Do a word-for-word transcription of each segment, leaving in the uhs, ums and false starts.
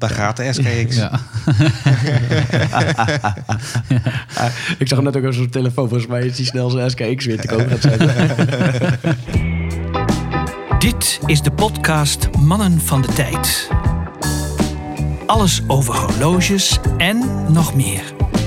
Daar ja. gaat de S K X. Ja. ja. Ik zag hem net ook op zo'n telefoon. Volgens mij is die snel zijn S K X weer te koop gaat zetten. Dit is de podcast Mannen van de Tijd. Alles over horloges en nog meer.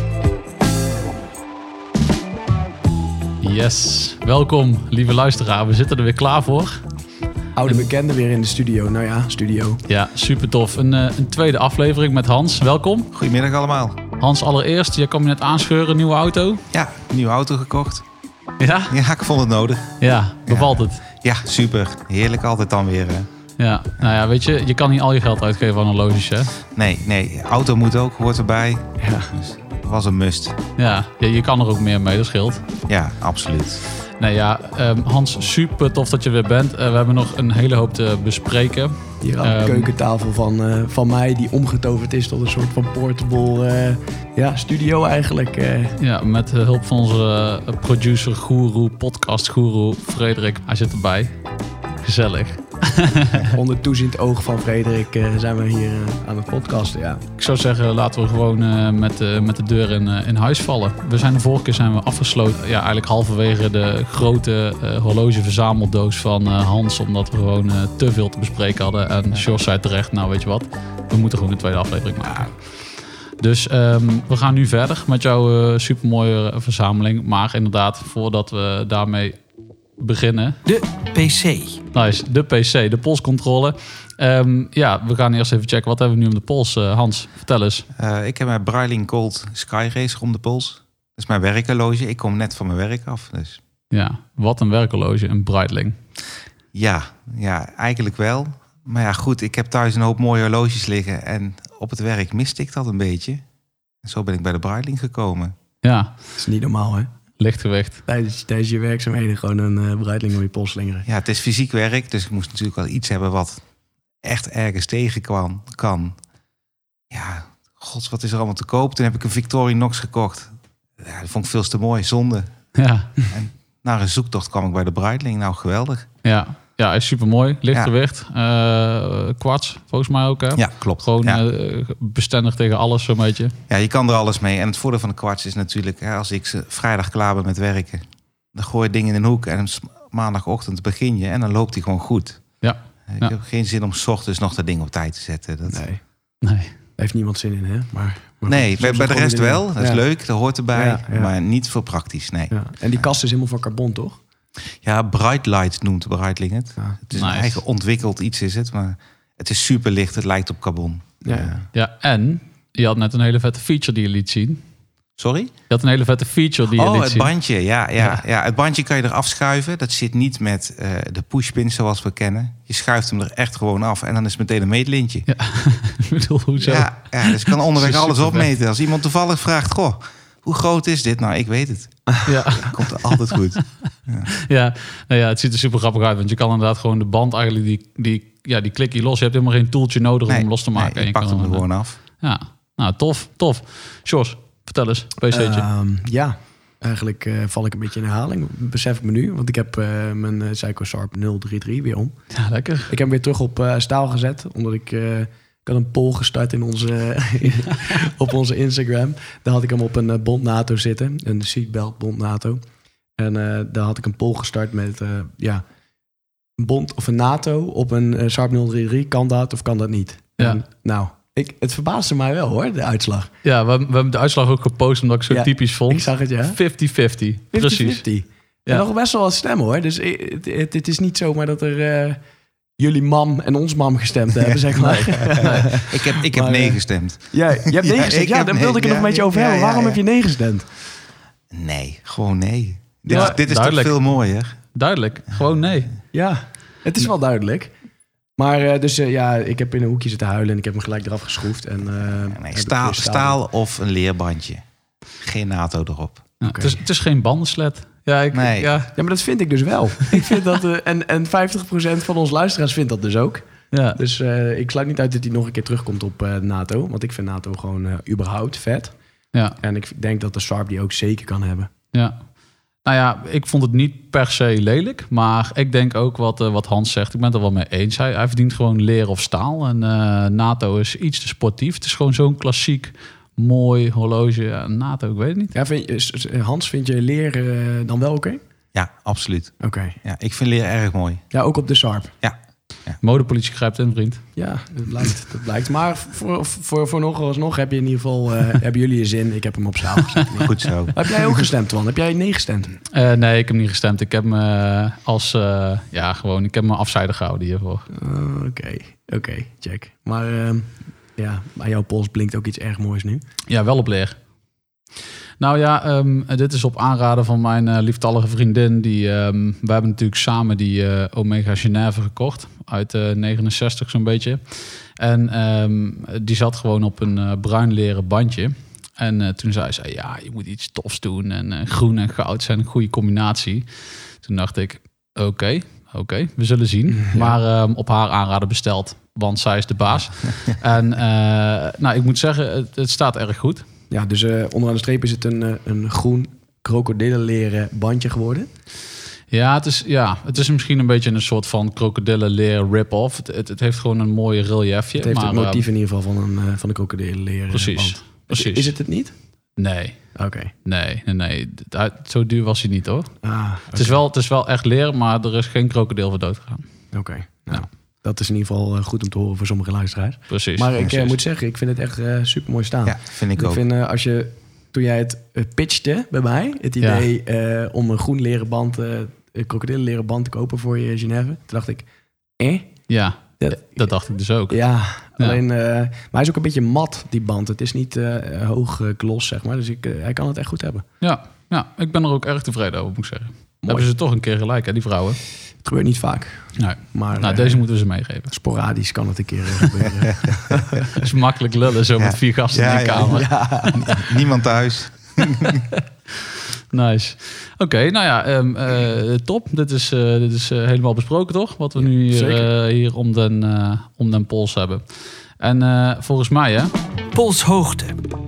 Yes, welkom lieve luisteraar. We zitten er weer klaar voor. Oude bekende weer in de studio. Nou ja, studio. Ja, super tof. Een, uh, een tweede aflevering met Hans. Welkom. Goedemiddag allemaal. Hans, allereerst, jij kwam je net aanscheuren, nieuwe auto. Ja, nieuwe auto gekocht. Ja? Ja, ik vond het nodig. Ja, bevalt ja. het? Ja, super. Heerlijk altijd dan weer. Hè. Ja, nou ja, weet je, je kan niet al je geld uitgeven aan horloges, hè? Nee, nee. Auto moet ook, hoort erbij. Ja. Dus was een must. Ja, je, je kan er ook meer mee, dat scheelt. Ja, absoluut. Nee, ja, um, Hans, super tof dat je weer bent. Uh, we hebben nog een hele hoop te bespreken. Hier aan de um, keukentafel van, uh, van mij, die omgetoverd is tot een soort van portable uh, ja, studio eigenlijk. Uh. Ja, met uh, hulp van onze uh, producer, guru, podcast guru, Frederik. Hij zit erbij. Gezellig. Onder toeziend oog van Frederik uh, zijn we hier uh, aan het podcasten, ja. Ik zou zeggen, laten we gewoon uh, met, uh, met de deur in, uh, in huis vallen. We zijn de vorige keer zijn we afgesloten, ja, eigenlijk halverwege de grote uh, horlogeverzameldoos van uh, Hans, omdat we gewoon uh, te veel te bespreken hadden. En Jos zei terecht, nou weet je wat, we moeten gewoon een tweede aflevering maken. Dus um, we gaan nu verder met jouw uh, supermooie verzameling. Maar inderdaad, voordat we daarmee beginnen. De P C. Nice, de P C, de polscontrole. Um, ja, we gaan eerst even checken. Wat hebben we nu om de pols? Uh, Hans, vertel eens. Uh, ik heb mijn Breitling Gold Sky Racer om de pols. Dat is mijn werkhorloge. Ik kom net van mijn werk af. Dus. Ja, wat een werkhorloge, een Breitling. Ja, ja, eigenlijk wel. Maar ja, goed, ik heb thuis een hoop mooie horloges liggen. En op het werk miste ik dat een beetje. En zo ben ik bij de Breitling gekomen. Ja. Dat is niet normaal, hè? Lichtgewicht. Tijdens, tijdens je werkzaamheden gewoon een uh, Breitling om je pols slingeren. Ja, het is fysiek werk, dus ik moest natuurlijk wel iets hebben wat echt ergens tegenkwam. Kan. Ja, gods, wat is er allemaal te koop? Toen heb ik een Victorinox gekocht. Ja, dat vond ik veel te mooi, zonde. Ja. En na een zoektocht kwam ik bij de Breitling. Nou, geweldig. Ja, ja, hij is super mooi. Lichtgewicht. Ja. Uh, kwarts, volgens mij ook. Hè? Ja, klopt. Gewoon ja. uh, bestendig tegen alles, zo'n beetje. Ja, je kan er alles mee. En het voordeel van de kwarts is natuurlijk, hè, als ik ze vrijdag klaar ben met werken, dan gooi je dingen in een hoek en maandagochtend begin je en dan loopt hij gewoon goed. Ja. Ik ja. heb geen zin om 's ochtends nog dat ding op tijd te zetten. Dat... Nee. Nee. Daar heeft niemand zin in, hè? Maar, maar nee, goed, bij, bij de rest wel. Dat is ja. leuk, dat hoort erbij. Ja, ja. Maar niet voor praktisch, nee. Ja. En die kast is helemaal van carbon, toch? Ja, Bright Light noemt Breitling het. Ja. Het is nice. Een eigen ontwikkeld iets is het, maar het is super licht. Het lijkt op carbon. Ja, ja. ja, en je had net een hele vette feature die je liet zien. Sorry? Je had een hele vette feature die je oh, liet zien. zien. Oh, het bandje. Ja, ja, ja. ja, het bandje kan je eraf schuiven. Dat zit niet met uh, de pushpin zoals we kennen. Je schuift hem er echt gewoon af en dan is het meteen een meetlintje. Ja, ik bedoel, hoezo? Ja, ja, dus ik kan onderweg alles opmeten. Als iemand toevallig vraagt, goh, hoe groot is dit? Nou, ik weet het. Ja. Dat komt er altijd goed. Ja, ja, nou ja, het ziet er super grappig uit. Want je kan inderdaad gewoon de band eigenlijk, die, die, ja, die klik je los. Je hebt helemaal geen toeltje nodig nee, om hem los te maken. Nee, je, je pakt kan hem er gewoon af. Ja, nou tof, tof. Jos, vertel eens, P C'tje. Uh, ja, eigenlijk uh, val ik een beetje in herhaling. Besef ik me nu, want ik heb uh, mijn uh, Seiko Sharp nul drie drie weer om. Ja, lekker. Ik heb hem weer terug op uh, staal gezet, omdat ik... Uh, Ik had een poll gestart in onze, op onze Instagram. Daar had ik hem op een Bond NATO zitten. Een seatbelt Bond NATO. En uh, daar had ik een poll gestart met... Uh, ja, een Bond of een NATO op een uh, Sharp nul drie drie. Kan dat of kan dat niet? Ja. En, nou, ik, het verbaasde mij wel hoor, de uitslag. Ja, we, we hebben de uitslag ook gepost omdat ik zo ja, typisch vond. Ik zag het, ja. vijftig vijftig, precies. Ja. En nog best wel wat stemmen hoor. Dus het, het, het is niet zomaar dat er... Uh, jullie mam en ons mam gestemd hebben, zeg maar. Nee, nee. Ik heb, ik heb maar, nee gestemd. Ja, je hebt nee ja, gestemd. Ja, daar wilde ik het nog ja, met je over ja, hebben. Ja, Waarom ja. heb je nee gestemd? Nee, gewoon nee. Dit, ja, is, dit is toch veel mooier? Duidelijk, gewoon nee. Ja, het is wel duidelijk. Maar uh, dus uh, ja, ik heb in een hoekje zitten huilen en ik heb hem gelijk eraf geschroefd. En, uh, nee, staal, staal of een leerbandje. Geen NATO erop. Ja, okay. het, is, het is geen bandenslet. Ja, ik, nee. ja. ja, maar dat vind ik dus wel. ik vind dat, uh, en, en vijftig procent van ons luisteraars vindt dat dus ook. Ja. Dus uh, ik sluit niet uit dat hij nog een keer terugkomt op uh, NATO. Want ik vind NATO gewoon uh, überhaupt vet. Ja. En ik denk dat de Sharp die ook zeker kan hebben. Ja. Nou ja, ik vond het niet per se lelijk. Maar ik denk ook wat, uh, wat Hans zegt. Ik ben het er wel mee eens. Hij, hij verdient gewoon leer of staal. En uh, NATO is iets te sportief. Het is gewoon zo'n klassiek, mooi horloge. Ja, NATO, ik weet het niet. Ja, vind je, Hans, vind je leer uh, dan wel oké? Okay? Ja, absoluut. Oké. Okay. Ja, ik vind leer erg mooi. Ja, ook op de Sharp? Ja. Ja. Modepolitie grijpt in, vriend. Ja, dat blijkt. Dat blijkt. Maar voor, voor, voor nog alsnog heb je in ieder geval... Uh, hebben jullie je zin. Ik heb hem op zaal gezet. Goed zo. Heb jij ook gestemd, Twan? Heb jij nee gestemd? Uh, nee, ik heb niet gestemd. Ik heb me als... Uh, ja, gewoon... Ik heb me afzijdig gehouden hiervoor. Oké, uh, oké. Okay. Okay, check. Maar uh, ja, aan jouw pols blinkt ook iets erg moois nu. Ja, wel op leer. Nou ja, um, dit is op aanraden van mijn uh, lieftallige vriendin. Die, um, we hebben natuurlijk samen die uh, Omega Genève gekocht. Uit uh, negenenzestig zo'n beetje. En um, die zat gewoon op een uh, bruin leren bandje. En uh, toen zei ze, ja, je moet iets tofs doen. En uh, groen en goud zijn een goede combinatie. Toen dacht ik, oké, okay, oké, okay, we zullen zien. Ja. Maar um, op haar aanraden besteld, want zij is de baas. En uh, nou, ik moet zeggen, het, het staat erg goed. Ja, dus uh, onderaan de streep is het een, uh, een groen krokodillenleren bandje geworden. Ja het, is, ja, het is misschien een beetje een soort van krokodillenleer rip-off. Het, het, het heeft gewoon een mooi reliefje. Het heeft maar, het motief uh, in ieder geval van een, uh, van een krokodillenleren precies, band. Precies. Is, is het het niet? Nee. Oké. Okay. Nee, nee, nee. Zo duur was hij niet, hoor. Ah, okay. het, is wel, het is wel echt leer, maar er is geen krokodil voor dood gegaan. Oké. Okay. Nou. Ja. Dat is in ieder geval goed om te horen voor sommige luisteraars. Precies. Maar ik precies. Uh, moet zeggen, ik vind het echt uh, super mooi staan. Ja, vind ik, ik ook. Ik vind uh, als je, toen jij het uh, pitchte bij mij, het idee ja. uh, om een groen leren band, uh, een krokodillenleren band te kopen voor je Genève, toen dacht ik, eh? Ja, dat, dat dacht ik dus ook. Ja, ja. alleen, uh, maar hij is ook een beetje mat, die band. Het is niet uh, hoog uh, gloss, zeg maar. Dus ik, uh, hij kan het echt goed hebben. Ja, ja, ik ben er ook erg tevreden over, moet ik zeggen. Mooi. Hebben ze toch een keer gelijk, hè, die vrouwen? Het gebeurt niet vaak. Nee. Maar, nou, uh, deze moeten we ze meegeven. Sporadisch kan het een keer gebeuren. Het is makkelijk lullen, zo ja. met vier gasten ja, in de kamer. Ja, ja. Niemand thuis. Nice. Oké, okay, nou ja, um, uh, top. Dit is, uh, dit is uh, helemaal besproken, toch? Wat we ja, nu hier, uh, hier om, den, uh, om den pols hebben. En uh, volgens mij, hè? Polshoogte.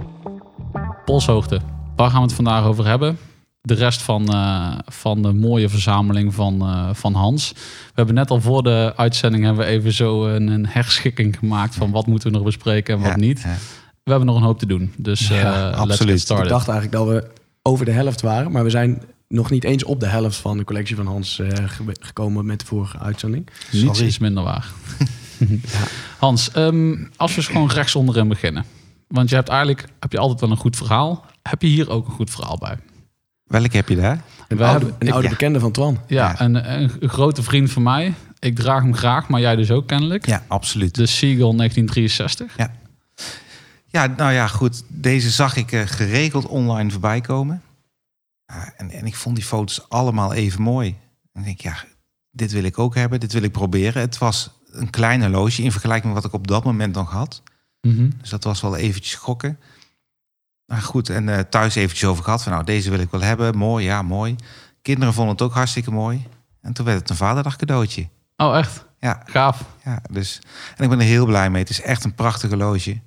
Polshoogte. Waar gaan we het vandaag over hebben? De rest van, uh, van de mooie verzameling van, uh, van Hans. We hebben net al voor de uitzending hebben we even zo een, een herschikking gemaakt van wat moeten we nog bespreken en wat ja, niet. Ja. We hebben nog een hoop te doen. Dus uh, ja, let's get started. Ik dacht eigenlijk dat we over de helft waren, maar we zijn nog niet eens op de helft van de collectie van Hans uh, ge- gekomen met de vorige uitzending. Niets is minder waar. ja. Hans, um, als we eens gewoon rechts onderin beginnen. Want je hebt eigenlijk heb je altijd wel een goed verhaal. Heb je hier ook een goed verhaal bij? Welke heb je daar? Een oude, een oude ja. bekende van Twan. Ja, ja. Een, een, een grote vriend van mij. Ik draag hem graag, maar jij dus ook kennelijk. Ja, absoluut. De Seagull negentien drieënzestig. Ja. Ja, nou ja, goed. Deze zag ik uh, geregeld online voorbij komen. Uh, en, en ik vond die foto's allemaal even mooi. En ik denk, ja, dit wil ik ook hebben. Dit wil ik proberen. Het was een klein horloge in vergelijking met wat ik op dat moment nog had. Mm-hmm. Dus dat was wel eventjes gokken. Maar goed, en uh, thuis eventjes over gehad. Van nou, deze wil ik wel hebben. Mooi, ja, mooi. Kinderen vonden het ook hartstikke mooi. En toen werd het een vaderdag cadeautje. Oh, echt? Ja. Gaaf. Ja, dus. En ik ben er heel blij mee. Het is echt een prachtig horloge.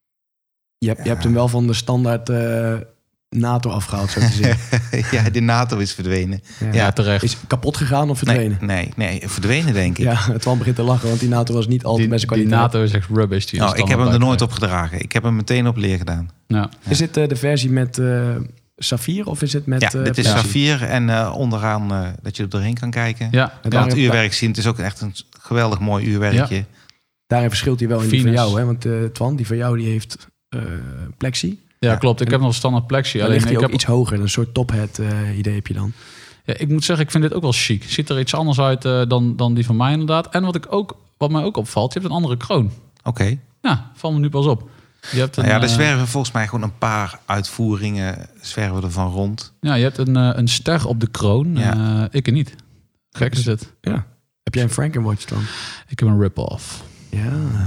Je hebt, ja. je hebt hem wel van de standaard uh, NATO afgehaald, zo te zien. Ja, de NATO is verdwenen. Ja, ja, terecht. Is kapot gegaan of verdwenen? Nee, nee, nee, verdwenen denk ik. Ja, het Twan begint te lachen, want die NATO was niet altijd best kwaliteit. Die NATO is echt rubbish. Die nou, ik heb hem er nooit op gedragen. Ik heb hem meteen op leer gedaan. Ja. Ja. Is dit uh, de versie met uh, saffier of is het met... Ja, uh, dit is ja. saffier en uh, onderaan uh, dat je er doorheen kan kijken. Ja. Je kan het uurwerk zien. Het is ook echt een geweldig mooi uurwerkje. Ja. Daarin verschilt hij wel in Venus. Die van jou, hè? Want uh, Twan, die van jou die heeft uh, plexi. Ja, ja, klopt. Ik en heb nog een standaard plexi. Alleen ligt hij ook heb... iets hoger. Een soort tophead uh, idee heb je dan. Ja, ik moet zeggen, ik vind dit ook wel chic. Ziet er iets anders uit uh, dan, dan die van mij inderdaad. En wat, ik ook, wat mij ook opvalt, je hebt een andere kroon. Oké. Okay. Ja, valt me nu pas op. Je hebt een, nou ja, er uh, zwerven volgens mij gewoon een paar uitvoeringen zwerven ervan rond. Ja, je hebt een, uh, een ster op de kroon. Ja. Uh, ik er niet. Gek is het. Ja. Heb jij een Frankenwatch dan? Ik heb een rip-off. Ja.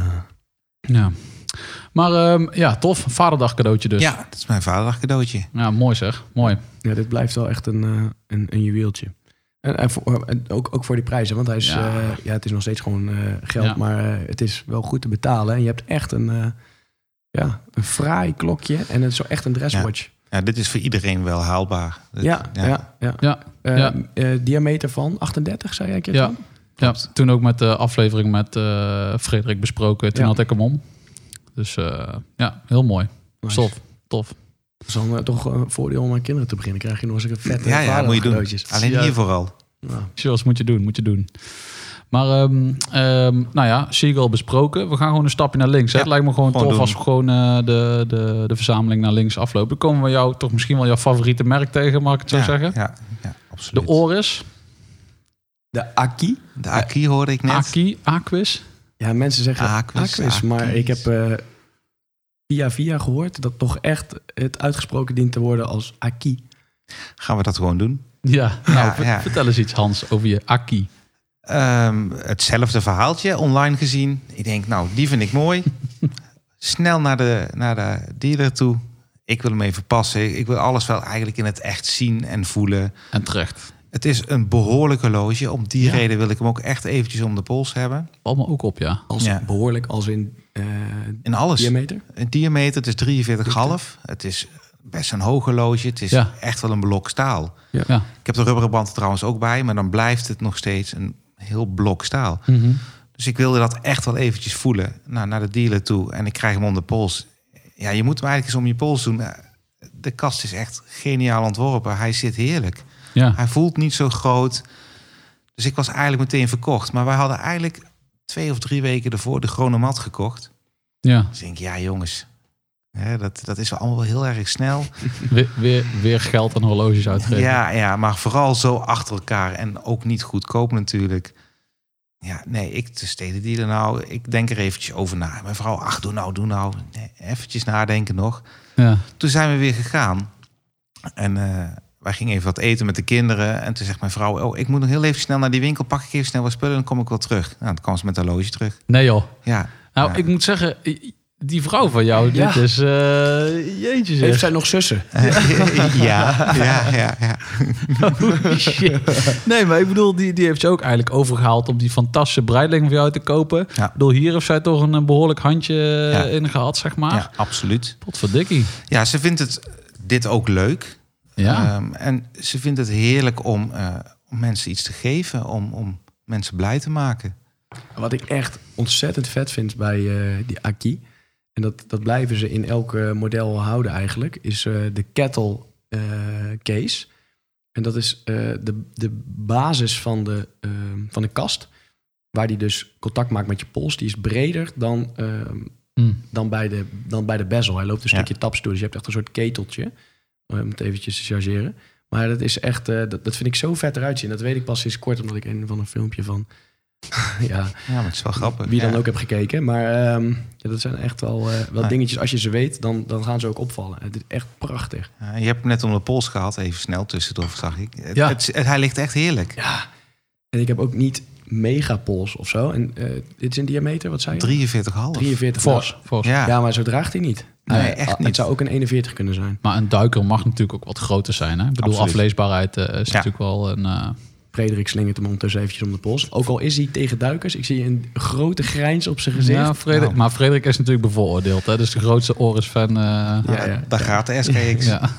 Ja. Maar um, ja, tof. Vaderdag cadeautje dus. Ja, dat is mijn vaderdag cadeautje. Ja, mooi zeg. Mooi. Ja, dit blijft wel echt een, uh, een, een juweeltje. En, en, voor, en ook, ook voor die prijzen. Want hij is, ja. Uh, ja, het is nog steeds gewoon uh, geld. Ja. Maar uh, het is wel goed te betalen. En je hebt echt een, uh, ja, een fraai klokje. En het is zo echt een dresswatch. Ja. Ja, dit is voor iedereen wel haalbaar. Dit, Ja, ja, ja. ja. Ja, Uh, ja. uh, diameter van achtendertig, zei jij een keer? Ja. Tom? Ja, toen ook met de aflevering met uh, Frederik besproken. Toen Ja. had ik hem om. Dus uh, ja, heel mooi. Nice. Tof, tof. Dat is dan uh, toch een voordeel om aan kinderen te beginnen. Krijg je nog eens een vette Ja, ja, moet je doen. vadercadeautjes. Alleen Ja. hier vooral. Ja. Zoals moet je doen, moet je doen. Maar um, um, nou ja, Seagull besproken. We gaan gewoon een stapje naar links. Hè? Ja, Het lijkt me gewoon, gewoon tof doen. als we gewoon uh, de, de, de verzameling naar links aflopen. Dan komen we jou toch misschien wel jouw favoriete merk tegen, mag ik het zo ja, zeggen? Ja, ja, absoluut. De Oris, De Aki. De Aki hoorde ik net. Aki, Aquis. Ja, mensen zeggen Aquis, Aquis, maar Aquis. ik heb uh, via via gehoord dat toch echt het uitgesproken dient te worden als Aki. Gaan we dat gewoon doen? Ja, nou, Ja, ver- ja. vertel eens iets Hans over je Aki. Um, hetzelfde verhaaltje, online gezien. Ik denk, nou, die vind ik mooi. Snel naar de, naar de dealer toe. Ik wil hem even passen. Ik wil alles wel eigenlijk in het echt zien en voelen. En terecht. Het is een behoorlijk horloge. Om die Ja. reden wil ik hem ook echt eventjes om de pols hebben. Valt me ook op, ja. Als Ja. behoorlijk als in uh, In alles. diameter. Een diameter, het is drieënveertig komma vijf. Het is best een hoog horloge. Het is Ja. echt wel een blok staal. Ja. Ik heb de rubberen band er trouwens ook bij. Maar dan blijft het nog steeds een heel blok staal. Mm-hmm. Dus ik wilde dat echt wel eventjes voelen. Nou, naar de dealer toe. En ik krijg hem om de pols. Ja, je moet hem eigenlijk eens om je pols doen. De kast is echt geniaal ontworpen. Hij zit heerlijk. Ja. Hij voelt niet zo groot. Dus ik was eigenlijk meteen verkocht. Maar wij hadden eigenlijk twee of drie weken ervoor de Chronomat gekocht. Ja. Dus ik denk, ja jongens, hè, dat, dat is wel allemaal wel heel erg snel. Weer, weer, weer geld aan horloges uitgeven. Ja, ja, maar vooral zo achter elkaar. En ook niet goedkoop natuurlijk. Ja, nee, ik de stedendealer nou, ik denk er eventjes over na. Mijn vrouw, ach, doe nou, doe nou. Nee, eventjes nadenken nog. Ja. Toen zijn we weer gegaan. En uh, wij gingen even wat eten met de kinderen. En toen zegt mijn vrouw, oh, ik moet nog heel even snel naar die winkel. Pak ik even snel wat spullen en dan kom ik wel terug. Nou, dan kwam ze met een horloge terug. Nee joh. Ja. Nou, Ja. ik moet zeggen, die vrouw van jou, Ja. dit is... Uh, jeetje zeg. Heeft zij nog zussen? ja, ja, ja, ja. Holy shit. Nee, maar ik bedoel, die, die heeft ze ook eigenlijk overgehaald om die fantastische breidling voor jou te kopen. Ja. Ik bedoel, hier heeft zij toch een, een behoorlijk handje Ja. in gehad, zeg maar. Ja, absoluut. Potverdikkie. Ja, ze vindt het dit ook leuk. Ja. Um, en ze vindt het heerlijk om, uh, om mensen iets te geven, om, om mensen blij te maken. Wat ik echt ontzettend vet vind bij uh, die Aki, en dat, dat blijven ze in elk uh, model houden eigenlijk, is uh, de kettle uh, case. En dat is uh, de, de basis van de, uh, van de kast, waar die dus contact maakt met je pols. Die is breder dan, uh, Mm. dan, bij de, dan bij de bezel. Hij loopt een Ja. stukje taps door, dus je hebt echt een soort keteltje, uh, om het eventjes te chargeren. Maar dat is echt, uh, dat, dat vind ik zo vet eruit zien. Dat weet ik pas sinds kort, omdat ik een van een filmpje van ja, Ja, maar het is wel grappig. wie dan ja. ook heb gekeken. Maar um, ja, dat zijn echt wel, uh, wel Ah. dingetjes. Als je ze weet, dan, dan gaan ze ook opvallen. Het is echt prachtig. Ja, je hebt hem net om de pols gehad, even snel tussendoor, zag ik. Het, Ja. het, het- hij ligt echt heerlijk. Ja. En ik heb ook niet megapols of zo. En uh, dit is in diameter, wat zei je? drieënveertig komma vijf. drieënveertig. Fors, fors. Ja. Ja, maar zo draagt hij niet. Nee, Uh, echt Het niet. zou ook een eenenveertig kunnen zijn. Maar een duiker mag natuurlijk ook wat groter zijn. Hè? Ik bedoel, Absoluut. afleesbaarheid uh, is Ja. natuurlijk wel een... Uh, Frederik slingert hem ondertussen eventjes om de pols. Ook al is hij tegen duikers. Ik zie een grote grijns op zijn gezicht. ja, Frederik, Nou. Maar Frederik is natuurlijk bevooroordeeld. Hè? Dus de grootste Oris-fan. Uh, Ja, ja. Daar gaat de S K X. ja.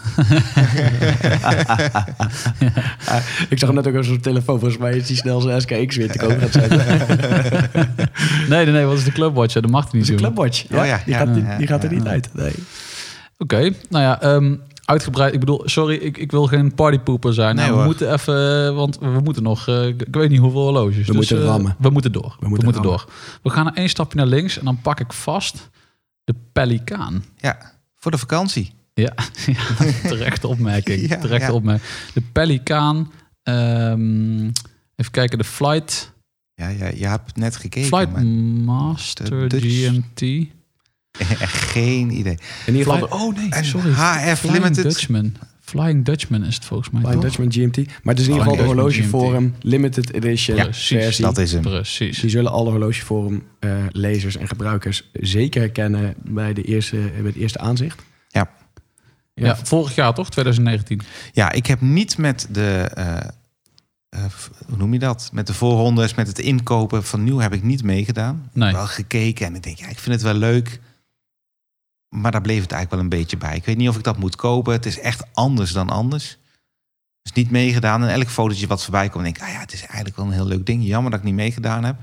Uh, ik zag hem net ook op zijn telefoon. Volgens mij is hij snel zijn S K X weer te koop gaat zetten. Nee, nee, nee. Wat is de Clubwatch? Dat mag hij niet Dat is een doen. clubwatch. Ja, Oh ja, die, ja, gaat, die, ja, die gaat er ja, niet ja. uit. Nee. Oké, nou ja, um, uitgebreid. Ik bedoel, sorry, ik, ik wil geen partypooper zijn. Nee, nou, we hoor. moeten even, want we moeten nog, uh, ik weet niet hoeveel horloges. We moeten uh, rammen. We moeten door. We, moeten moeten rammen. door. We gaan er één stapje naar links en dan pak ik vast de Pelikaan. Ja, voor de vakantie. Ja, ja terechte opmerking. Ja, terechte ja. opmerking. De Pelikaan. Um, even kijken, de Flight, Ja, ja, je hebt het net gekeken. Flight maar Master de Dutch- G M T. echt geen idee. In ieder geval, Fly- oh nee, En sorry. H F Flying Limited. Dutchman. Flying Dutchman is het volgens mij. Flying toch? Dutchman G M T. Maar het is in ieder geval de Flying Dutchman horlogeforum Limited Edition Ja, precies, versie. Dat is hem. Precies. Die zullen alle horlogeforum uh, lezers en gebruikers zeker herkennen bij, de eerste, bij het eerste aanzicht. Ja. Ja. Ja. vorig jaar toch? twintig negentien. Ja, ik heb niet met de, uh, uh, hoe noem je dat? Met de voorrondes, met het inkopen van nieuw heb ik niet meegedaan. Nee. Wel gekeken en ik denk, ja, ik vind het wel leuk. Maar daar bleef het eigenlijk wel een beetje bij. Ik weet niet of ik dat moet kopen. Het is echt anders dan anders. Dus niet meegedaan. En elk fotootje wat voorbij komt, denk ik... ah ja, het is eigenlijk wel een heel leuk ding. Jammer dat ik niet meegedaan heb.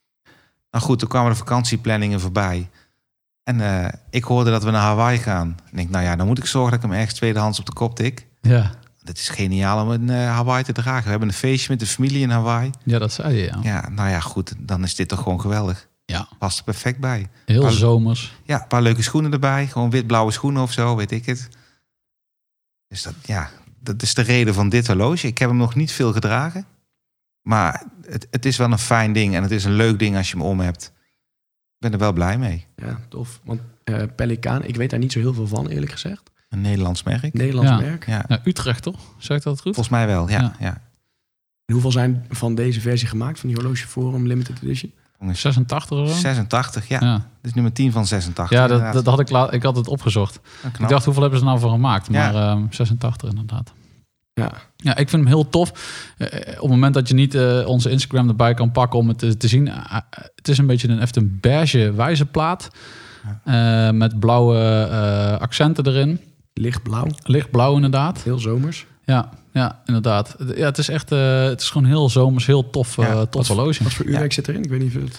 Nou goed, toen kwamen de vakantieplanningen voorbij. En uh, ik hoorde dat we naar Hawaii gaan. En ik denk, nou ja, dan moet ik zorgen dat ik hem ergens tweedehands op de kop tik. Ja. Het is geniaal om in uh, Hawaii te dragen. We hebben een feestje met de familie in Hawaii. Ja, dat zei je, ja. Ja, nou ja, goed. Dan is dit toch gewoon geweldig. Ja. Past er perfect bij. Heel paar, zomers. Ja, een paar leuke schoenen erbij. Gewoon wit-blauwe schoenen of zo, weet ik het. Dus dat, ja, dat is de reden van dit horloge. Ik heb hem nog niet veel gedragen. Maar het, het is wel een fijn ding. En het is een leuk ding als je hem om hebt. Ik ben er wel blij mee. Ja, tof. Want uh, Pelikaan, ik weet daar niet zo heel veel van, eerlijk gezegd. Een Nederlands merk. Nederlands Ja. merk. Ja. Ja, Utrecht, toch? Zeg ik dat goed? Volgens mij wel, ja. Ja. ja. En hoeveel zijn van deze versie gemaakt, van die Horloge Forum Limited Edition? zesentachtig of zo? zesentachtig, ja. Ja, Dit is nummer tien van zesentachtig. ja dat, inderdaad. dat had ik, la- ik had het opgezocht. Ja, knap. Ik dacht, hoeveel hebben ze nou voor gemaakt? Ja. Maar ehm, zesentachtig inderdaad. Ja. Ja, ik vind hem heel tof. Uh, op het moment dat je niet uh, onze Instagram erbij kan pakken om het te, te zien. Uh, het is een beetje een, echt een beige wijzerplaat. Uh, met blauwe uh, accenten erin. Lichtblauw, Lichtblauw inderdaad. heel zomers. Ja, ja, inderdaad. Ja, het is echt, uh, het is gewoon heel zomers, heel tof, uh, Ja, tof horloge. Wat voor uurwerk zit erin? Ik weet niet of het...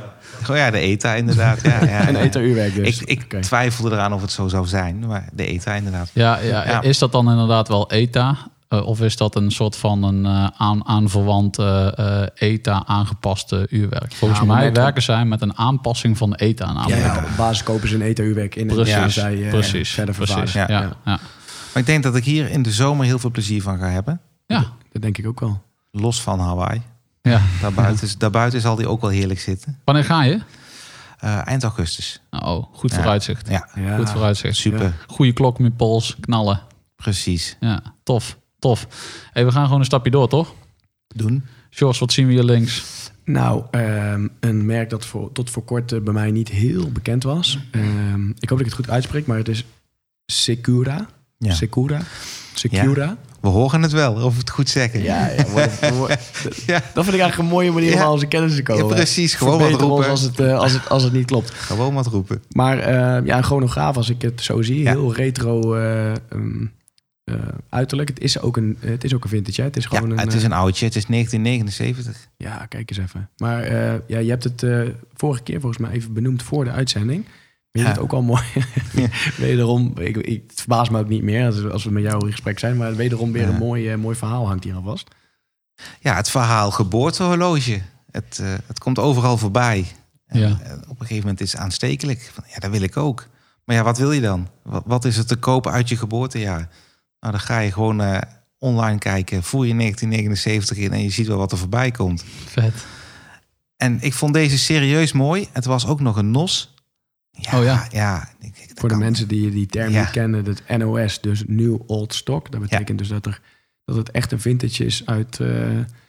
Oh ja, de E T A inderdaad. Ja, ja, Een ja. E T A-uurwerk dus. Ik, ik Oké. twijfelde eraan of het zo zou zijn. Maar de E T A inderdaad. Ja, ja, Ja. is dat dan inderdaad wel E T A? Uh, of is dat een soort van een uh, aan, aanverwant uh, uh, E T A aangepaste uurwerk? Volgens Ja, maar mij met- werken zij met een aanpassing van de E T A Ja, namelijk. ja, op basis kopen ze een E T A-uurwerk in en Precies, gaan zij uh, precies, verder precies. vervaardigen. Ja, Ja. ja. Ja. Maar ik denk dat ik hier in de zomer heel veel plezier van ga hebben. Ja. Dat denk ik ook wel. Los van Hawaii. Ja. Daarbuiten, is- daarbuiten zal die ook wel heerlijk zitten. Wanneer ga je? Uh, eind augustus. Oh, goed Ja. vooruitzicht. Ja, Ja. Goed vooruitzicht. super. Ja. Goede klok met pols, knallen. Precies. Ja, tof, tof. Hey, we gaan gewoon een stapje door, toch? Doen. George, wat zien we hier links? Nou, ehm, een merk dat voor, tot voor kort uh, bij mij niet heel bekend was. Ehm, ik hoop dat ik het goed uitspreek, maar het is Secura. Ja. Secura. Secura. We horen het wel, of we het goed zeggen. Ja, ja, wordt- wordt- Ja. dat vind ik eigenlijk een mooie manier om Ja. aan onze kennis te komen. Ja, precies. Gewoon wat Verbeter ons roepen. als het, uh, als, het, als het niet klopt. Gewoon wat roepen. Maar uh, ja, een chronograaf, als ik het zo zie, Ja. heel retro uh, um, uh, uiterlijk. Het is ook een, het is ook een vintage, hè? Het is Ja, gewoon een... het is uh, een oudje. Het is negentien negenenzeventig. Ja, kijk eens even. Maar uh, ja, je hebt het uh, vorige keer volgens mij even benoemd voor de uitzending. Je Ja. het ook al mooi. Ja. Wederom, ik, ik, het verbaast me ook niet meer als, als we met jou in gesprek zijn. Maar wederom weer Ja. een mooi, uh, mooi verhaal hangt hier aan vast. Ja, het verhaal geboortehorloge. Het, uh, het komt overal voorbij. En, Ja. uh, op een gegeven moment is het aanstekelijk. Van, ja, dat wil ik ook. Maar ja, wat wil je dan? Wat, wat is er te kopen uit je geboortejaar? Nou, dan ga je gewoon uh, online kijken. Voer je negentien negenenzeventig in en je ziet wel wat er voorbij komt. Vet. En ik vond deze serieus mooi. Het was ook nog een N O S. Ja, Oh ja. ja ik- ik- dat Voor de kan- mensen die die term Ja. niet kennen, het N O S, dus New Old Stock. Dat betekent dus dat, er, dat het echt een vintage is uit, uh,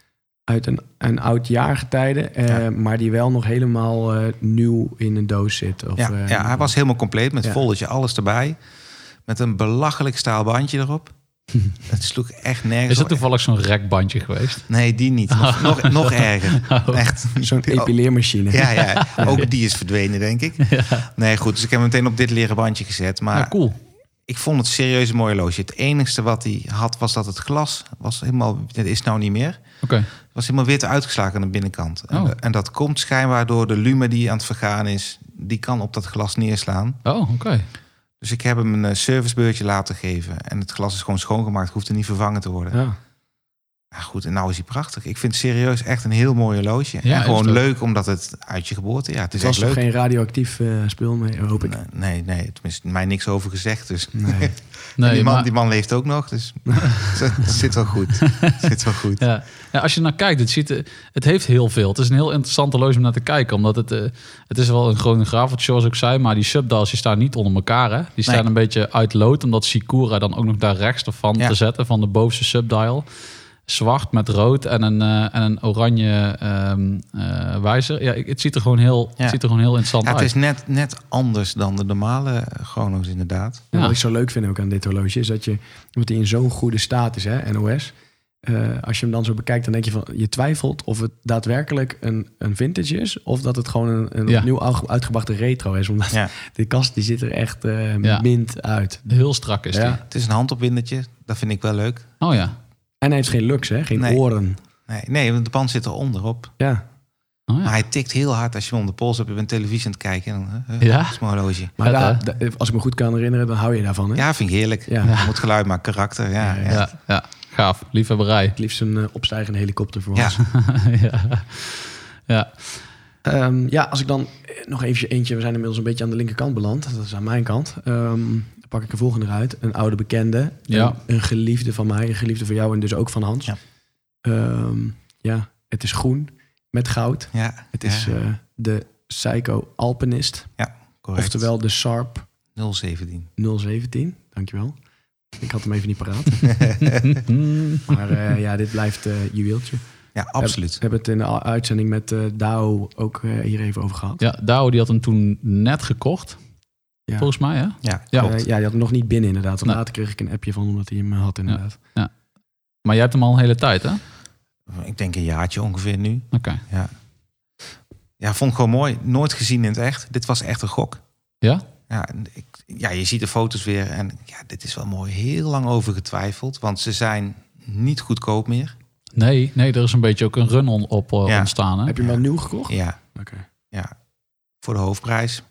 uit een, een oud jaargetijde. Uh, Ja. Maar die wel nog helemaal uh, nieuw in een doos zit. Of, Ja, uh, ja, hij was helemaal compleet met Ja. foldertje, alles erbij. Met een belachelijk staal bandje erop. Het sloeg echt nergens Is dat op. toevallig zo'n rekbandje geweest? Nee, die niet. Nog, nog, nog erger. Oh. Echt. Zo'n epileermachine. Ja, ja, ook die is verdwenen, denk ik. Nee, goed. Dus ik heb hem meteen op dit leren bandje gezet. Maar Ja, cool. ik vond het serieus een mooi horloge. Het enigste wat hij had, was dat het glas was helemaal... Dat is nou niet meer. Oké. Het was helemaal wit uitgeslagen aan de binnenkant. Oh. En, en dat komt schijnbaar door de lume die aan het vergaan is. Die kan op dat glas neerslaan. Oh, oké. Dus ik heb hem een eh, servicebeurtje laten geven. En het glas is gewoon schoongemaakt. Hoeft er niet vervangen te worden. Ja. Ja, goed, en nou is hij prachtig. Ik vind het serieus echt een heel mooi horloge. Ja, en is gewoon het ook. leuk, omdat het uit je geboorte... Ja, het is Het was echt toch leuk. geen radioactief uh, spul mee, hoop ik. Nee, nee, nee, tenminste, mij niks over gezegd. Dus. Nee. En Nee, die, man, maar, die man leeft ook nog, dus het zit wel goed. Het zit wel goed. ja. Ja, als je naar kijkt, het, ziet, er- het heeft heel veel. Het is een heel interessant horloge om naar te kijken. Omdat het, eh, het is wel een chronograaf, wat George ook zei. Maar die subdials die staan niet onder elkaar. Hè? Die staan Nee. een beetje uit lood. Omdat Sikura dan ook nog daar rechts ervan Ja. te zetten. Van de bovenste subdial. Zwart met rood en een, eh, en een oranje ehm, eh, wijzer. Ja, ik- het ziet er gewoon heel, Ja. het ziet er gewoon heel interessant Ja, het uit. is net, net anders dan de normale chrono's inderdaad. En Ja. Wat ik zo leuk vind ook aan dit horloge is dat je, omdat hij in zo'n goede staat is, hè, N O S. uh, als je hem dan zo bekijkt, dan denk je van... je twijfelt of het daadwerkelijk een, een vintage is... of dat het gewoon een, een Ja. opnieuw uitgebrachte retro is. Omdat Ja. die kast die ziet er echt uh, Ja. mint uit. Heel strak is die. Ja. Het is een handopwindertje. Dat vind ik wel leuk. Oh ja. En hij heeft geen lux, hè? Geen Nee. oren. Nee, nee, want de band zit er onderop. Ja. Oh ja. Maar hij tikt heel hard als je hem om de pols hebt. Je bent televisie aan het kijken. En dan, uh, Ja? Dat is mijn horloge. Maar Vet, daar, hè? da- als ik me goed kan herinneren, dan hou je daarvan, hè? Ja, vind ik heerlijk. Ja. Je moet geluid maken, karakter. Ja, ja. Ja, ja. Gaaf. Liefhebberij. Het liefst een uh, opstijgende helikopter voor Ja. ons. ja. ja. Um, ja, als ik dan nog eventjes eentje... we zijn inmiddels een beetje aan de linkerkant beland. Dat is aan mijn kant. Um, dan pak ik de volgende eruit. Een oude bekende. Ja. Een, een geliefde van mij. Een geliefde van jou en dus ook van Hans. Ja. Um, ja, het is groen met goud. Ja, Het is ja, uh, de Seiko Alpinist. correct. Oftewel de Sharp nul zeventien. nul zeventien. Dankjewel. Ik had hem even niet paraat. maar uh, ja, dit blijft uh, juweeltje. Ja, absoluut. We hebben het in de uitzending met uh, Dao ook uh, hier even over gehad. Ja, Douwe die had hem toen net gekocht. Ja. Volgens mij, hè? Ja, Ja. Ja, klopt. uh, ja, die had hem nog niet binnen inderdaad. Want Nee. later kreeg ik een appje van omdat hij hem had inderdaad. Maar jij hebt hem al een hele tijd, hè? Oké. Ik denk een jaartje ongeveer nu. Ja. Ja, vond ik gewoon mooi. Nooit gezien in het echt. Dit was echt een gok. Ja? Ja, en ik, ja, je ziet de foto's weer. En ja, dit is wel mooi. Heel lang over getwijfeld. Want ze zijn niet goedkoop meer. Nee, nee, er is een beetje ook een run on op uh, Ja. ontstaan, hè? Heb je hem wel nieuw gekocht? Ja, Oké. ja. Voor de hoofdprijs.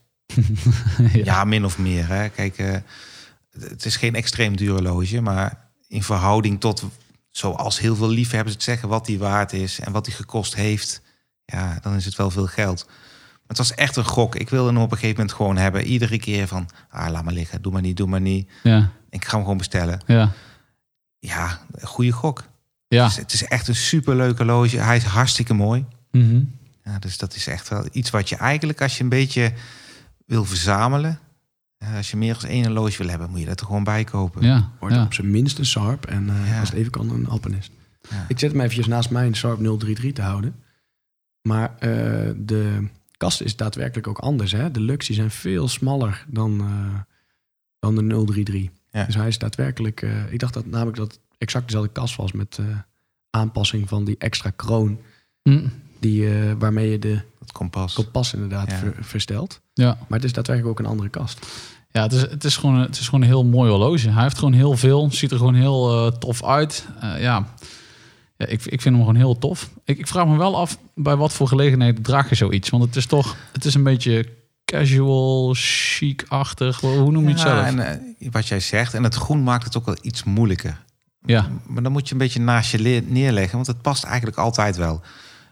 ja. Ja, min of meer. Hè. Kijk, uh, het is geen extreem duur horloge. Maar in verhouding tot, zoals heel veel liefhebbers het zeggen, wat die waard is en wat die gekost heeft. Ja, dan is het wel veel geld. Maar het was echt een gok. Ik wilde hem op een gegeven moment gewoon hebben. Iedere keer van, ah, laat maar liggen. Doe maar niet, doe maar niet. Ja, Ik ga hem gewoon bestellen. ja, Ja, een goede gok. ja. Dus het is echt een superleuk horloge. Hij is hartstikke mooi. Mhm. Ja, dus dat is echt wel iets wat je eigenlijk, als je een beetje wil verzamelen, uh, als je meer dan één horloge wil hebben, moet je dat er gewoon bij kopen. Ja, Wordt ja. op zijn minst een Sharp. En uh, Ja. als het even kan, een Alpinist. Ja. Ik zet hem eventjes naast mijn Sharp nul drie drie te houden. Maar uh, de kast is daadwerkelijk ook anders. Hè? De Lux die zijn veel smaller dan, uh, dan de nul drie drie. Ja. Dus hij is daadwerkelijk... Uh, ik dacht dat namelijk dat het exact dezelfde kast was met uh, aanpassing van die extra kroon. Hm. Die, uh, waarmee je de Dat kompas. kompas inderdaad Ja. ver- verstelt. Ja. Maar het is daadwerkelijk ook een andere kast. Ja, het is, het, is gewoon, het is gewoon een heel mooi horloge. Hij heeft gewoon heel veel. Ziet er gewoon heel uh, tof uit. Uh, ja, ja ik, ik vind hem gewoon heel tof. Ik, ik vraag me wel af, bij wat voor gelegenheden draag je zoiets? Want het is toch, het is een beetje casual, chic-achtig. Hoe noem je het Ja, zelf? en uh, wat jij zegt, en het groen maakt het ook wel iets moeilijker. Ja, Maar dan moet je een beetje naast je leer- neerleggen, want het past eigenlijk altijd wel.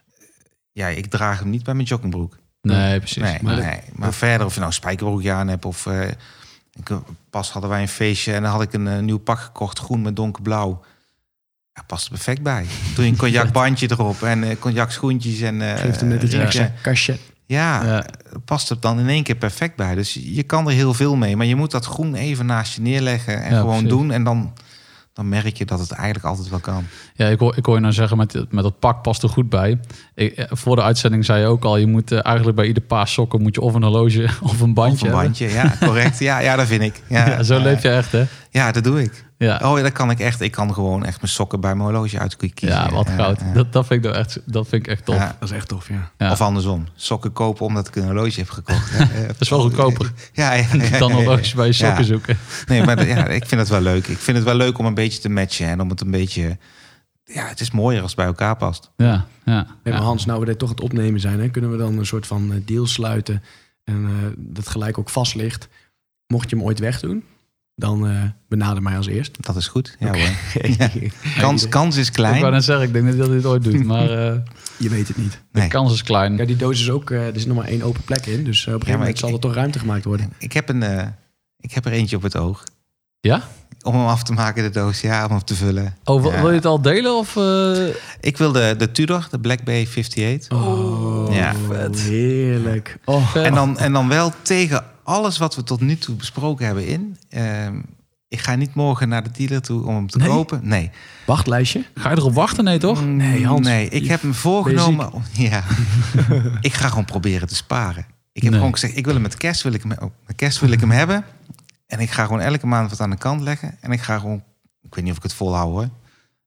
Ja, ik draag hem niet bij mijn joggingbroek. nee, precies. Nee, Maar maar, dat- nee. maar verder, of je nou een spijkerbroekje aan hebt of... Uh, ik, pas hadden wij een feestje en dan had ik een uh, nieuw pak gekocht, groen met donkerblauw. Ja, past er perfect bij. Doe je een cognacbandje erop en uh, cognac schoentjes en... Uh, Geeft hem net het riempje. extra kastje. Ja, Ja. past er dan in één keer perfect bij. Dus je kan er heel veel mee. Maar je moet dat groen even naast je neerleggen en Ja, gewoon precies. doen. En dan, dan merk je dat het eigenlijk altijd wel kan. Ja, ik hoor, ik hoor je nou zeggen, met, met dat pak past er goed bij. Ik, eh, voor de uitzending zei je ook al, je moet uh, eigenlijk bij ieder paar sokken moet je of een horloge of een bandje Of een hebben. bandje, ja, correct. Ja, ja, dat vind ik. Ja, Ja, zo uh, leef je echt, hè? Ja, dat doe ik. Ja, Oh ja, dat kan ik echt. Ik kan gewoon echt mijn sokken bij mijn horloge uit kiezen. ja wat goud. ja. Dat, dat, vind ik nou echt, dat vind ik echt tof. Ja. Dat is echt tof, ja. Ja. Of andersom, sokken kopen omdat ik een horloge heb gekocht. hè. Dat is wel goedkoper Ja, ja, ja, dan ja, ja. horloges bij je sokken Ja. zoeken. Nee, maar ja, ik vind het wel leuk. Ik vind het wel leuk om een beetje te matchen en om het een beetje... Ja, het is mooier als het bij elkaar past. Ja, ja. Hey, maar ja. Hans, nou we dit toch het opnemen zijn, hè, kunnen we dan een soort van uh, deal sluiten en uh, dat gelijk ook vast ligt. Mocht je hem ooit wegdoen, dan uh, benader mij als eerst. Dat is goed. Ja, Oké. hoor. Ja. Kans, kans is Ik wou klein. net zeggen, ik denk niet dat hij het ooit doet, maar uh, Je weet het niet. de Nee. kans is klein. Ja, die doos is ook, uh, er zit nog maar één open plek in, dus uh, op een gegeven maar moment ik- zal er toch ruimte gemaakt worden. Ik heb, een, uh, ik heb er eentje op het oog. Ja? Om hem af te maken, de doos. Ja, om hem te vullen. Oh, wil, Ja. wil je het al delen? Of, uh... Ik wil de, de Tudor, de Black Bay vijfenvijftig. Oh, Ja. vet. Heerlijk. Oh, En dan, en dan wel tegen alles wat we tot nu toe besproken hebben in. Ehm, ik ga niet morgen naar de dealer toe om hem te Nee? kopen. Nee. wachtlijstje. Ga je erop wachten? Nee, toch? Nee, Hans. Nee, ik heb me voorgenomen... Ja. Ik ga gewoon proberen te sparen. Ik heb Nee. gewoon gezegd, ik wil hem met kerst, wil ik hem, oh, met kerst wil ik hem hebben. En ik ga gewoon elke maand wat aan de kant leggen. En ik ga gewoon... Ik weet niet of ik het volhoud hoor.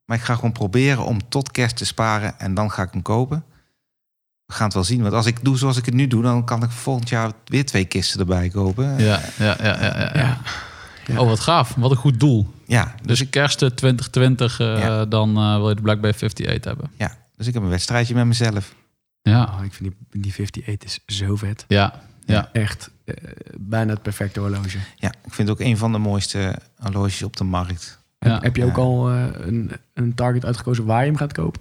Maar ik ga gewoon proberen om tot kerst te sparen en dan ga ik hem kopen. We gaan het wel zien. Want als ik doe zoals ik het nu doe, dan kan ik volgend jaar weer twee kisten erbij kopen. Ja, ja, ja, ja, ja. Ja. Ja. Oh, wat gaaf. Wat een goed doel. Ja, Dus kerst twintig twintig, uh, Ja. dan uh, wil je de Black Bay vijfenvijftig hebben. ja, dus ik heb een wedstrijdje met mezelf. Ja, Oh, ik vind die, die vijfenvijftig is zo vet. ja, ja. Echt uh, bijna het perfecte horloge. Ja, ik vind het ook een van de mooiste horloges op de markt. Ja. Heb, heb je ook Ja. al uh, een, een target uitgekozen waar je hem gaat kopen?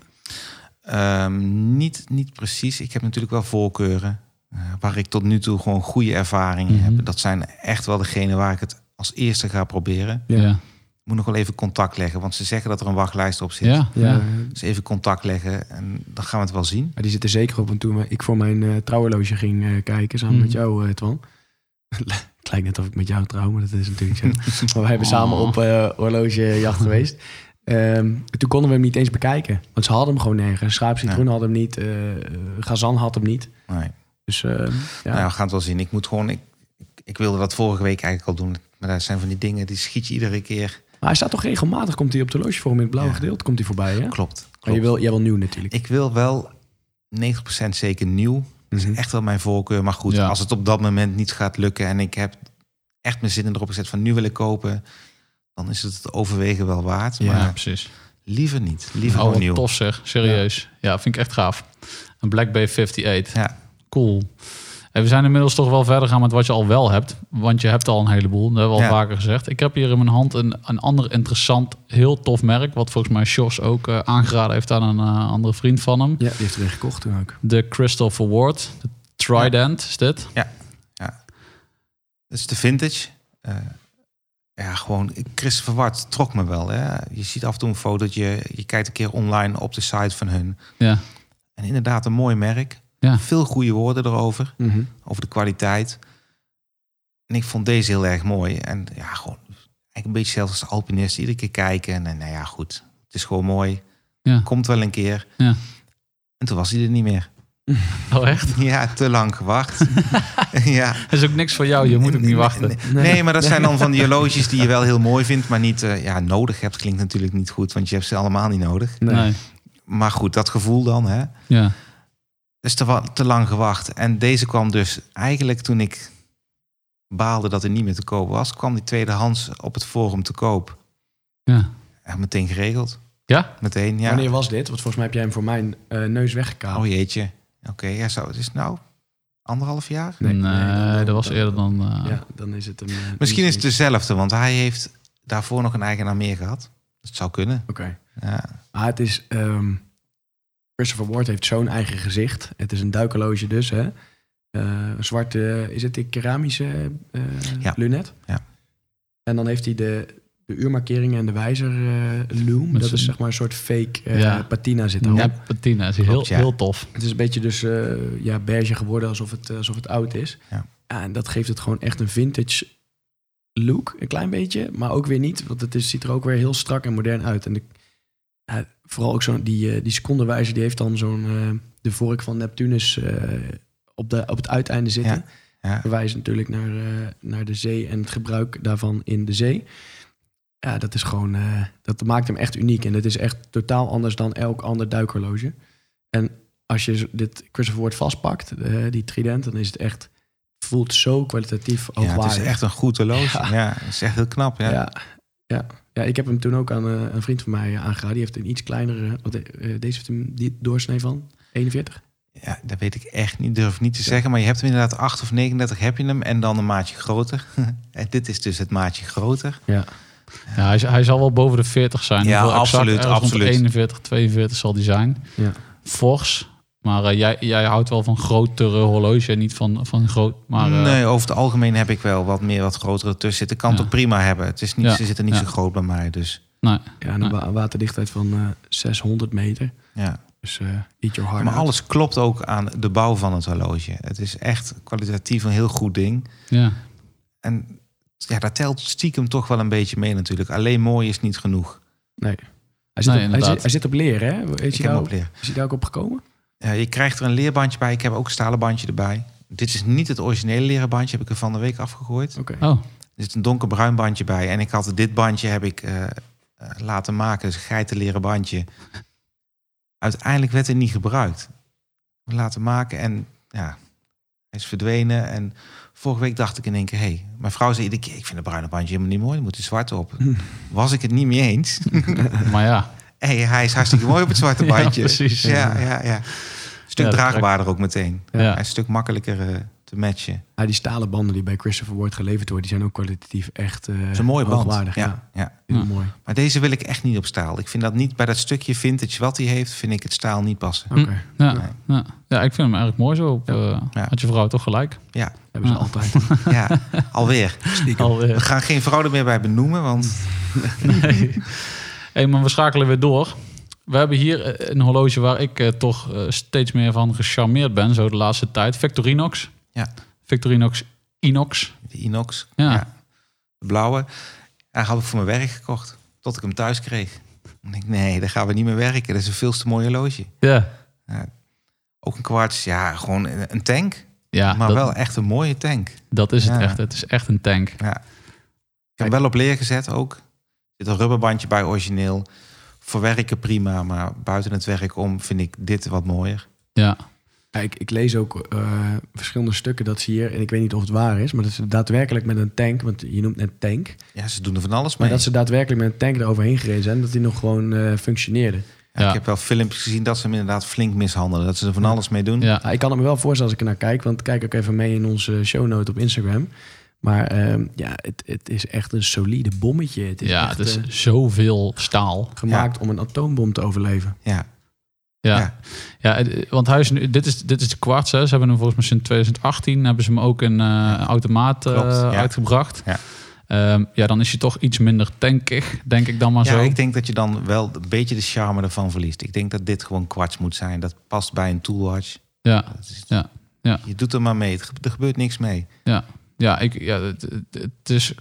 Um, niet, niet precies. Ik heb natuurlijk wel voorkeuren. Uh, waar ik tot nu toe gewoon goede ervaringen Mhm. heb. Dat zijn echt wel degene waar ik het als eerste ga proberen. Ja, Ja. ja. Ik moet nog wel even contact leggen. Want ze zeggen dat er een wachtlijst op zit. ja, Ja. Dus even contact leggen en dan gaan we het wel zien. Maar die zit er zeker op. Want toen ik voor mijn uh, trouwhorloge ging uh, kijken, samen Mhm. met jou, uh, Twan. Het lijkt net of ik met jou trouw, maar dat is natuurlijk zo. Maar we hebben samen op uh, horlogejacht geweest. Um, toen konden we hem niet eens bekijken. Want ze hadden hem gewoon nergens. Schaapcitroen Ja. had hem niet. Uh, Gazan had hem niet. Nee. Dus uh, ja. Nou ja, we gaan het wel zien. Ik moet gewoon... Ik, ik, ik wilde dat vorige week eigenlijk al doen. Maar dat zijn van die dingen, die schiet je iedere keer. Maar hij staat toch regelmatig, komt hij op de horlogeforum in het blauwe Ja. gedeelte, komt hij voorbij, hè? Klopt. Maar klopt. je wil, jij wil nieuw natuurlijk. Ik wil wel negentig procent zeker nieuw. Dat is Mhm. echt wel mijn voorkeur. Maar goed, Ja. als het op dat moment niet gaat lukken... en ik heb echt mijn zinnen erop gezet van nu wil ik kopen... dan is het het overwegen wel waard. Ja, Maar Ja, precies. liever niet. Liever Oh, gewoon wat nieuw. tof zeg. Serieus. Ja. vind ik echt gaaf. Een Black Bay vijfenvijftig. Ja. Cool. En we zijn inmiddels toch wel verder gaan met wat je al wel hebt. Want je hebt al een heleboel. Dat hebben we al Ja. vaker gezegd. Ik heb hier in mijn hand een, een ander interessant, heel tof merk. Wat volgens mij Sjors ook uh, aangeraden heeft aan een uh, andere vriend van hem. Ja, die heeft er weer gekocht toen ook. De Christopher Ward. De Trident is dit. Dat is de vintage. Uh, ja, gewoon Christopher Ward trok me wel. Hè. Je ziet af en toe een fotootje. Je kijkt een keer online op de site van hun. Ja. En inderdaad een mooi merk. Ja. Veel goede woorden erover. Mm-hmm. Over de kwaliteit. En ik vond deze heel erg mooi. En ja, gewoon eigenlijk een beetje zelfs als alpinist. Iedere keer kijken. En nou ja, goed. Het is gewoon mooi. Ja. Komt wel een keer. Ja. En toen was hij er niet meer. Oh, echt? Ja, te lang gewacht. ja. Dat is ook niks voor jou. Je moet ook niet wachten. Nee, nee, nee, maar dat zijn dan van die horloges die je wel heel mooi vindt, maar niet uh, ja, nodig hebt. Klinkt natuurlijk niet goed, want je hebt ze allemaal niet nodig. Nee. Nee. Maar goed, dat gevoel dan, hè. Ja. Dus te, wa- te lang gewacht. En deze kwam dus eigenlijk toen ik baalde dat hij niet meer te koop was, kwam die tweedehands op het forum te koop. Ja. Ja, meteen geregeld. Ja? Meteen, ja. Wanneer was dit? Want volgens mij heb jij hem voor mijn uh, neus weggekaapt. Oh jeetje. Oké, okay, ja, zo. Het is nou anderhalf jaar? Nee, Nee, nee, dan- dan- dat was dan- eerder dan... Uh... Ja, dan is het een... Uh, Misschien is het dus... dezelfde, want hij heeft daarvoor nog een eigenaar meer gehad. Het zou kunnen. Oké. Okay. Ja. Maar het is... Um, Christopher Ward heeft zo'n eigen gezicht. Het is een duikhorloge dus, hè. Uh, een zwarte... Is het die keramische uh, ja. lunet? Ja. En dan heeft hij de... De uurmarkeringen en de wijzer uh, loom. Dat is zeg maar een soort fake uh, ja. patina zit erop. Ja, patina is heel, Klopt, ja. heel tof. Het is een beetje dus uh, ja, beige geworden alsof het, uh, alsof het oud is. Ja. Ja, en dat geeft het gewoon echt een vintage look. Een klein beetje, maar ook weer niet. Want het is, ziet er ook weer heel strak en modern uit. En de, ja, vooral ook zo'n die, uh, die secondenwijzer, die heeft dan zo'n uh, de vork van Neptunus uh, op, de, op het uiteinde zitten. Ja. Ja. Verwijst natuurlijk naar, uh, naar de zee en het gebruik daarvan in de zee. Ja, dat is gewoon, uh, dat maakt hem echt uniek. En het is echt totaal anders dan elk ander duikhorloge. En als je dit Christopher Ward vastpakt, uh, die Trident, dan is het echt, voelt zo kwalitatief hoogwaardig. Ja, het is echt een goed horloge. Ja, ja het is echt heel knap. Ja. Ja, ja. ja ik heb hem toen ook aan uh, een vriend van mij aangeraden. Die heeft een iets kleinere, wat, uh, deze heeft hem die doorsnee van eenenveertig. Ja, dat weet ik echt niet, durf niet te ja. zeggen. Maar je hebt hem inderdaad acht of negenendertig heb je hem en dan een maatje groter. En dit is dus het maatje groter. Ja. Ja, hij, hij zal wel boven de veertig zijn. Ja, exact, absoluut, absoluut. eenenveertig, tweeënveertig zal die zijn. Ja. Fors. Maar uh, jij, jij houdt wel van grotere horloge en niet van, van groot... Maar, uh... Nee, over het algemeen heb ik wel wat meer, wat grotere tussen zitten. Kan het ja. ook prima hebben. Het is niet, Ja. Ze zitten niet ja. zo groot bij mij, dus... Nee. Ja, en een nee. wa- waterdichtheid van uh, zeshonderd meter. Ja. Dus uh, eat your heart Maar out. alles klopt ook aan de bouw van het horloge. Het is echt kwalitatief een heel goed ding. Ja. En ja, daar telt stiekem toch wel een beetje mee natuurlijk. Alleen mooi is niet genoeg. Nee. Hij zit, Nee, op, hij, inderdaad. zit, hij zit op leer, hè? Weet Ik je heb hem daar, op leer. is hij daar ook op gekomen? Ja, je krijgt er een leerbandje bij. Ik heb ook een stalen bandje erbij. Dit is niet het originele leren bandje. Heb ik er van de week afgegooid. Oké. Okay. Er Oh, zit een donkerbruin bandje bij. En ik had dit bandje heb ik uh, uh, laten maken. Dus een geitenleren bandje. Uiteindelijk werd hij niet gebruikt. Laten maken en ja, hij is verdwenen. En vorige week dacht ik in één keer... Hey, mijn vrouw zei iedere keer... Ik vind het bruine bandje helemaal niet mooi. Er moet een zwarte op. Was ik het niet mee eens. Maar ja. Hey, hij is hartstikke mooi op het zwarte bandje. Ja, precies. Ja, ja, ja. Een stuk Ja, dat draagbaarder ook meteen. Ja. Hij is een stuk makkelijker uh, te matchen. Ja, die stalen banden die bij Christopher Ward geleverd worden... die zijn ook kwalitatief echt uh, Dat is een mooie band. hoogwaardig. Ja, Ja, ja. heel Ja. mooi. Maar deze wil ik echt niet op staal. Ik vind dat niet bij dat stukje vintage wat hij heeft... vind ik het staal niet passen. Oké, Okay. Ja. Nee. Ja. ja, ik vind hem eigenlijk mooi zo. Op, Ja. uh, Ja. Had je vrouw toch gelijk? Ja, hebben ze Ja. altijd. ja. Alweer. Stiekem. We Alweer. gaan geen vrouw er meer bij benoemen, want... Nee. Hey, maar we schakelen weer door. We hebben hier een horloge waar ik uh, toch uh, steeds meer van gecharmeerd ben, zo de laatste tijd. Victorinox. Ja. Victorinox Inox. De inox. Ja. Ja. De blauwe. Hij had ik voor mijn werk gekocht. Tot ik hem thuis kreeg. En ik nee, daar gaan we niet meer werken. Dat is een veel te mooi horloge. Ja. Ja. Ook een kwarts, ja, gewoon een tank. Ja, maar dat, wel echt een mooie tank. dat is het Ja. echt. Het is echt een tank. Ja. Ik heb hem wel op leer gezet ook. Er zit een rubberbandje bij origineel. Voor werken prima, maar buiten het werk om vind ik dit wat mooier. Ja. Ja, ik, ik lees ook uh, verschillende stukken dat ze hier... en ik weet niet of het waar is... maar dat ze daadwerkelijk met een tank... want je noemt net tank... Ja, ze doen er van alles maar mee. dat ze daadwerkelijk met een tank eroverheen gereden zijn... dat die nog gewoon uh, functioneerde. Ja, Ja. Ik heb wel filmpjes gezien dat ze hem inderdaad flink mishandelen. Dat ze er van alles mee doen. Ja. Ja, ik kan het me wel voorstellen als ik er naar kijk... want kijk ook even mee in onze shownote op Instagram... Maar uh, ja, het, het is echt een solide bommetje. Het is ja, echt het is uh, zoveel staal. gemaakt om een atoombom te overleven. Ja. Ja, Ja. ja. het- want hij is nu, dit, is, dit is de kwarts. Hè. Ze hebben hem volgens mij sinds twintig achttien... hebben ze hem ook in uh, automaat uh, Klopt, ja. uitgebracht. Ja. Um, ja, dan is hij toch iets minder tankig, denk ik dan maar Ja, zo. ik denk dat je dan wel een beetje de charme ervan verliest. Ik denk dat dit gewoon kwarts moet zijn. Dat past bij een toolwatch. Ja, Dat is- ja, ja. Je doet er maar mee. Het ge- Er gebeurt niks mee. ja. Ja, ik, ja het, het, het is,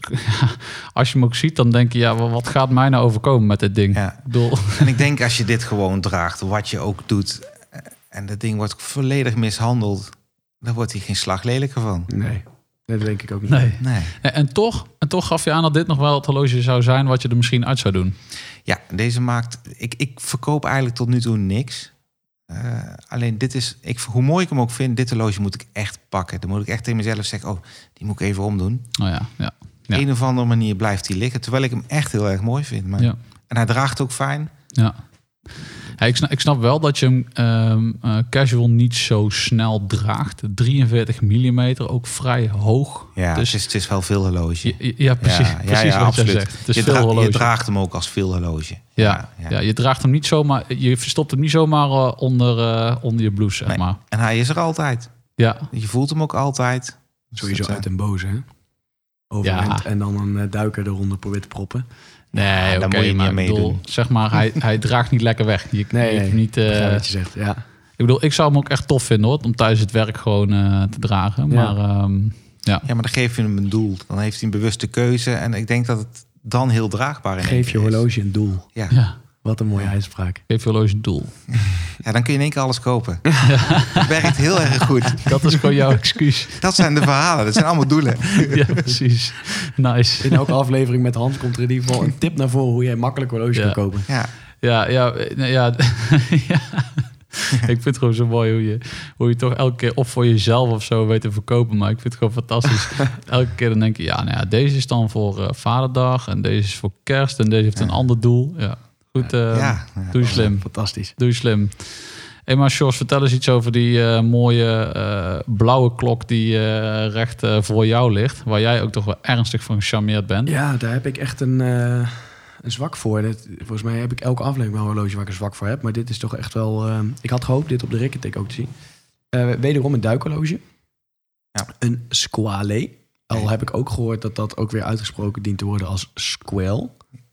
als je hem ook ziet, dan denk je... ja, wa- wat gaat mij nou overkomen met dit ding? Ja. Ik bedoel, En ik denk als je dit gewoon draagt, wat je ook doet... eh, en dat ding wordt volledig mishandeld... dan wordt hij geen slag lelijker van. Nee, dat denk ik ook niet. nee. Nee. En, en, toch, en toch gaf je aan dat dit nog wel het horloge zou zijn... wat je er misschien uit zou doen. Ja, deze maakt... Ik, ik verkoop eigenlijk tot nu toe niks. Uh, alleen dit is... Ik, hoe mooi ik hem ook vind, dit horloge moet ik echt pakken. Dan moet ik echt tegen mezelf zeggen... oh, die moet ik even omdoen. Oh ja, ja. Ja. Een of andere manier blijft hij liggen. Terwijl ik hem echt heel erg mooi vind. Maar... Ja. En hij draagt ook fijn. Ja. Ja, ik, snap, ik snap wel dat je hem um, uh, casual niet zo snel draagt. drieënveertig millimeter, ook vrij hoog. Ja, Dus- het, is, het is wel veel horloge. Ja, ja, ja, precies, Ja, ja, precies ja, wat absoluut. je zegt. Het is je, veel dra- horloge. je draagt hem ook als veel horloge. ja, ja. Ja, je draagt hem niet zomaar... Je verstopt hem niet zomaar uh, onder, uh, onder je blouse, zeg Nee. maar. En hij is er altijd. Ja, Je voelt hem ook altijd. Sowieso Dus dat, uit en boze, hè? Overhand Ja. en dan een uh, duiker eronder proberen te proppen. nee, daar oké, moet je niet maar aan ik bedoel, meedoen. zeg maar, hij, hij draagt niet lekker weg. Je, Nee, je hebt nee, hem niet... uh, Begrijp wat je zegt, ja. ik bedoel, ik zou hem ook echt tof vinden, hoor, om tijdens het werk gewoon uh, te dragen. Ja. Maar um, ja. Ja, maar dan geef je hem een doel. Dan heeft hij een bewuste keuze. En ik denk dat het dan heel draagbaar in één Geef je keer is. horloge een doel. Ja. ja, Wat een mooie uitspraak. geef je horloge een doel. ja, dan kun je in één keer alles kopen. Het werkt heel erg goed. Dat is gewoon jouw excuus. Dat zijn de verhalen. Dat zijn allemaal doelen. Ja, precies. Nice. In elke aflevering met Hans komt er in ieder geval een tip naar voren... hoe jij makkelijk horloge Ja. kan kopen. Ja, Ja, ja, nee, ja. ja. Ik vind het gewoon zo mooi hoe je, hoe je toch elke keer of voor jezelf of zo weet te verkopen. Maar ik vind het gewoon fantastisch. Elke keer dan denk je, ja, nou ja, deze is dan voor uh, Vaderdag en deze is voor Kerst en deze heeft een Ja. ander doel. Ja, goed. Uh, ja, ja. Doe je slim. Fantastisch. Doe je slim. Hey, maar Sjors, vertel eens iets over die uh, mooie uh, blauwe klok die uh, recht uh, voor jou ligt. Waar jij ook toch wel ernstig van gecharmeerd bent. Ja, daar heb ik echt een, uh, een zwak voor. Dat, volgens mij heb ik elke aflevering wel een horloge waar ik een zwak voor heb. Maar dit is toch echt wel... Uh, ik had gehoopt dit op de Ricketek ook te zien. Uh, wederom een duikhorloge. Ja. Een Squale. Al Nee. heb ik ook gehoord dat dat ook weer uitgesproken dient te worden als Squale.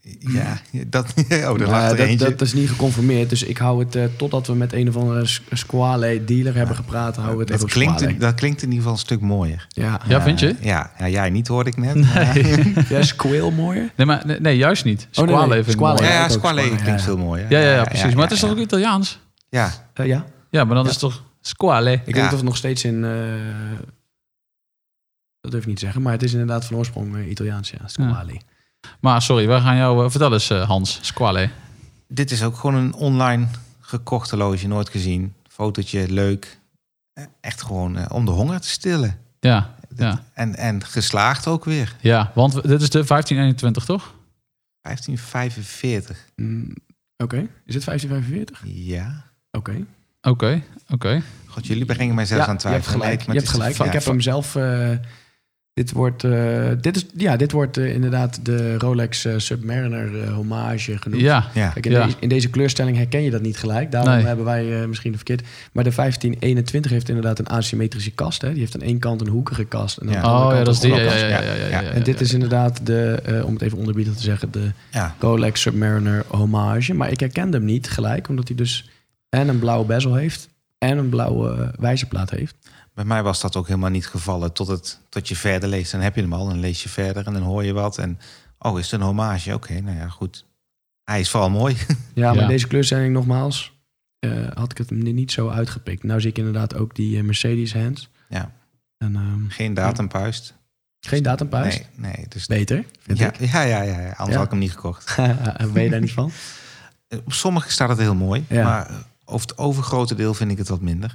Ja, dat, oh, daar Maar lag er dat, eentje. dat is niet geconfirmeerd. Dus ik hou het uh, totdat we met een of andere S- Squale dealer hebben gepraat. Houden we het dat, even op klinkt, Squale. dat klinkt in ieder geval een stuk mooier. Ja. Ja, vind je? Ja, ja, jij niet hoorde ik net. Nee. Ja, Squale mooier? Nee, maar, nee, nee, juist niet. Oh, nee, Squale nee, vind ik Squale. mooi. Ja, Ja, ja, ook Squale Squale, klinkt ja. veel mooier. Ja, ja, ja, precies. Maar het is ja, toch ook Italiaans? Ja, Uh, ja. Ja, maar dan Ja. is het toch Squale? Ik weet Ja. niet of het nog steeds in... Uh, dat durf ik niet te zeggen. Maar het is inderdaad van oorsprong uh, Italiaans, ja. Squale. Maar sorry, wij gaan jou... Uh, vertel eens, uh, Hans, Squale. Dit is ook gewoon een online gekocht horloge, nooit gezien. Fotootje, leuk. Echt gewoon uh, om de honger te stillen. Ja, ja. En, en geslaagd ook weer. Ja, want dit is de vijftien eenentwintig, toch? vijftien vijfenveertig. Mm, Oké, okay. Is het vijftien vijfenveertig? Ja. Oké. Okay. Oké, okay. oké. Okay. God, jullie brengen mij zelfs ja, aan twijfel. Je hebt gelijk, maar je hebt gelijk. Ja, ik heb hem zelf... Uh, dit wordt, uh, dit is, ja, dit wordt uh, inderdaad de Rolex uh, Submariner uh, hommage genoemd. Ja, ja. Kijk, in, ja. Deze, in deze kleurstelling herken je dat niet gelijk. Daarom nee. hebben wij uh, misschien verkeerd. Maar de vijftien eenentwintig heeft inderdaad een asymmetrische kast. Hè? Die heeft aan één kant een hoekige kast. En aan ja. de andere Oh kant ja, dat is die. Ja, kast. ja, ja, ja, ja, ja, ja, En dit ja, is ja. inderdaad de, uh, om het even onderbiedig te zeggen, de ja. Rolex Submariner hommage. Maar ik herkende hem niet gelijk, omdat hij dus en een blauwe bezel heeft en een blauwe uh, wijzerplaat heeft. Bij mij was dat ook helemaal niet gevallen tot, het, tot je verder leest. Dan heb je hem al, dan lees je verder en dan hoor je wat. En oh, is het een hommage? Oké, okay, nou ja, goed. Hij is vooral mooi. Ja, maar ja. deze kleurstelling nogmaals, uh, had ik het hem niet zo uitgepikt. Nou zie ik inderdaad ook die uh, Mercedes hands. Ja. En, um, Geen datumpuist. Geen datumpuist? Nee, nee. Dus beter, vind ja, ik. Ja, ja, ja, ja. Anders ja. had ik hem niet gekocht. Ben je daar niet van? Op sommige staat het heel mooi. Ja. Maar over het overgrote deel vind ik het wat minder.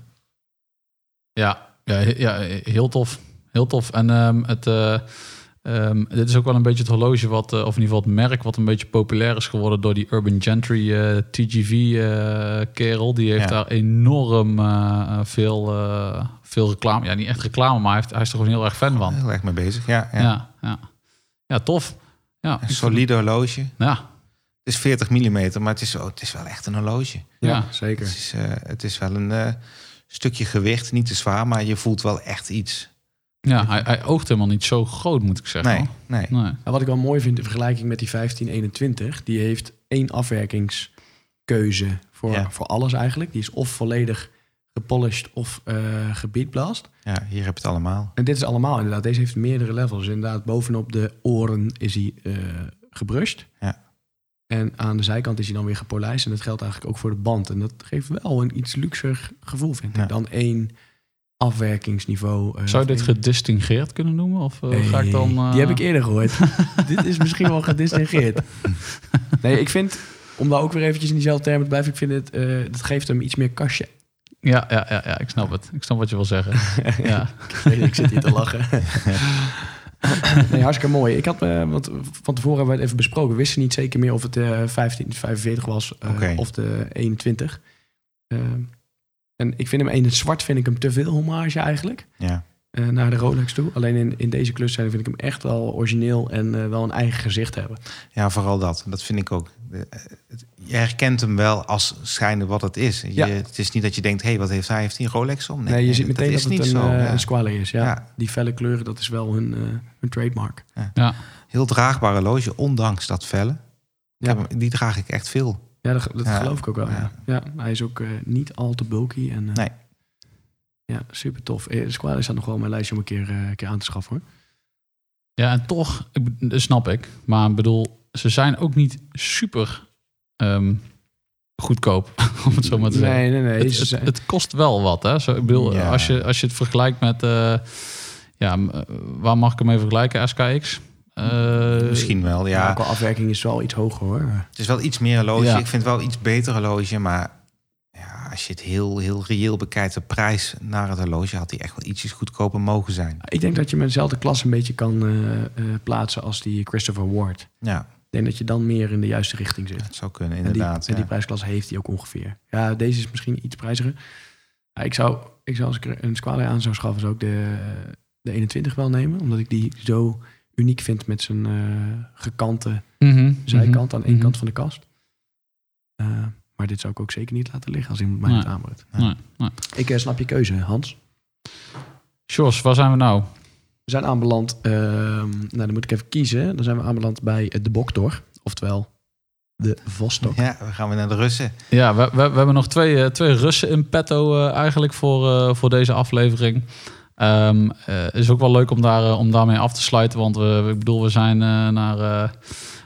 Ja, ja, ja, heel tof. Heel tof. En um, het, uh, um, dit is ook wel een beetje het horloge wat, uh, of in ieder geval het merk wat een beetje populair is geworden door die Urban Gentry uh, T G V-kerel. Uh, die heeft ja. daar enorm uh, veel, uh, veel reclame. Ja, niet echt reclame, maar hij, heeft, hij is er gewoon heel erg fan van. Heel erg mee bezig, ja. Ja, ja, ja. ja tof. Ja, een solide horloge. Ja. Het is veertig millimeter, maar het is, oh, het is wel echt een horloge. Ja, ja. zeker. Het is, uh, het is wel een uh, stukje gewicht, niet te zwaar, maar je voelt wel echt iets. Ja, hij, hij oogt helemaal niet zo groot, moet ik zeggen. Nee, nee. nee. Nou, wat ik wel mooi vind in vergelijking met die vijftien eenentwintig, die heeft één afwerkingskeuze voor, ja. voor alles eigenlijk. Die is of volledig gepolished of uh, gebeatblast. Ja, hier heb je het allemaal. En dit is allemaal inderdaad. Deze heeft meerdere levels. Inderdaad, bovenop de oren is hij uh, gebrushed. Ja. En aan de zijkant is hij dan weer gepolijst. En dat geldt eigenlijk ook voor de band. En dat geeft wel een iets luxer gevoel, vind ik. Ja. Dan één afwerkingsniveau. Uh, Zou je dit gedistingeerd kunnen noemen? Of uh, nee, ga ik dan... Uh... Die heb ik eerder gehoord. Dit is misschien wel gedistingeerd. Nee, ik vind, om daar ook weer eventjes in diezelfde termen te blijven, ik vind het, uh, dat geeft hem iets meer kastje. Ja, ja, ja, ja, ik snap het. Ik snap wat je wil zeggen. Ja. Nee, ik zit hier te lachen. Nee, hartstikke mooi. Ik had, uh, want van tevoren hebben we het even besproken. We wisten niet zeker meer of het uh, vijftien vijfenveertig was uh, okay. of de eenentwintig. Uh, en ik vind hem in het zwart vind ik hem te veel hommage eigenlijk. Ja. Uh, naar de Rolex toe. Alleen in, in deze kleurstelling vind ik hem echt wel origineel en uh, wel een eigen gezicht hebben. Ja, vooral dat. Dat vind ik ook. Je herkent hem wel als schijnen wat het is. Je, ja. Het is niet dat je denkt, hé, hey, wat heeft hij? Heeft hij een Rolex om? Nee, nee je nee, ziet meteen dat, dat het een, zo, uh, ja. een Squale is. Ja. Ja. Die felle kleuren, dat is wel hun, uh, hun trademark. Ja. Ja. Heel draagbaar horloge, ondanks dat felle. Ja. Hem, die draag ik echt veel. Ja, dat, dat ja. geloof ik ook wel. Ja. Ja. Ja, hij is ook uh, niet al te bulky. En, uh, nee. Ja, super tof. De Squale staat nog wel op mijn lijstje om een keer, uh, een keer aan te schaffen, hoor. Ja, en toch, ik, dat snap ik. Maar ik bedoel, ze zijn ook niet super um, goedkoop, om het zo maar te zeggen. Nee, nee, nee. Het, het, het kost wel wat, hè? Zo, ik bedoel, ja. als, je, als je het vergelijkt met... Uh, ja, waar mag ik hem mee vergelijken? S K X? Uh, Misschien wel, ja. ja qua afwerking is wel iets hoger, hoor. Het is wel iets meer horloge. Ja. Ik vind het wel iets beter horloge, maar... Ja, als je het heel, heel reëel bekijkt, de prijs naar het horloge... had die echt wel ietsjes goedkoper mogen zijn. Ik denk dat je met dezelfde klas een beetje kan uh, uh, plaatsen als die Christopher Ward. Ja. Ik denk dat je dan meer in de juiste richting zit. Dat zou kunnen, inderdaad. En die, ja. en die prijsklasse heeft hij ook ongeveer. Ja, deze is misschien iets prijziger. Ja, ik, zou, ik zou als ik een Squale aan zou schaffen... zou ik de, de eenentwintig wel nemen. Omdat ik die zo uniek vind met zijn uh, gekante mm-hmm. zijkant... aan één mm-hmm. kant van de kast. Uh, Maar dit zou ik ook zeker niet laten liggen als iemand mij nee. niet aanbiedt. Nee, nee. Ik uh, snap je keuze, Hans. Sjors, waar zijn we nou? We zijn aanbeland, uh, nou dan moet ik even kiezen. Dan zijn we aanbeland bij de Boktor, oftewel de Vostok. Ja, we gaan weer naar de Russen. Ja, we, we, we hebben nog twee, uh, twee Russen in petto uh, eigenlijk voor, uh, voor deze aflevering. Um, uh, is ook wel leuk om, daar, uh, om daarmee af te sluiten, want we, ik bedoel, we zijn uh, naar... Uh,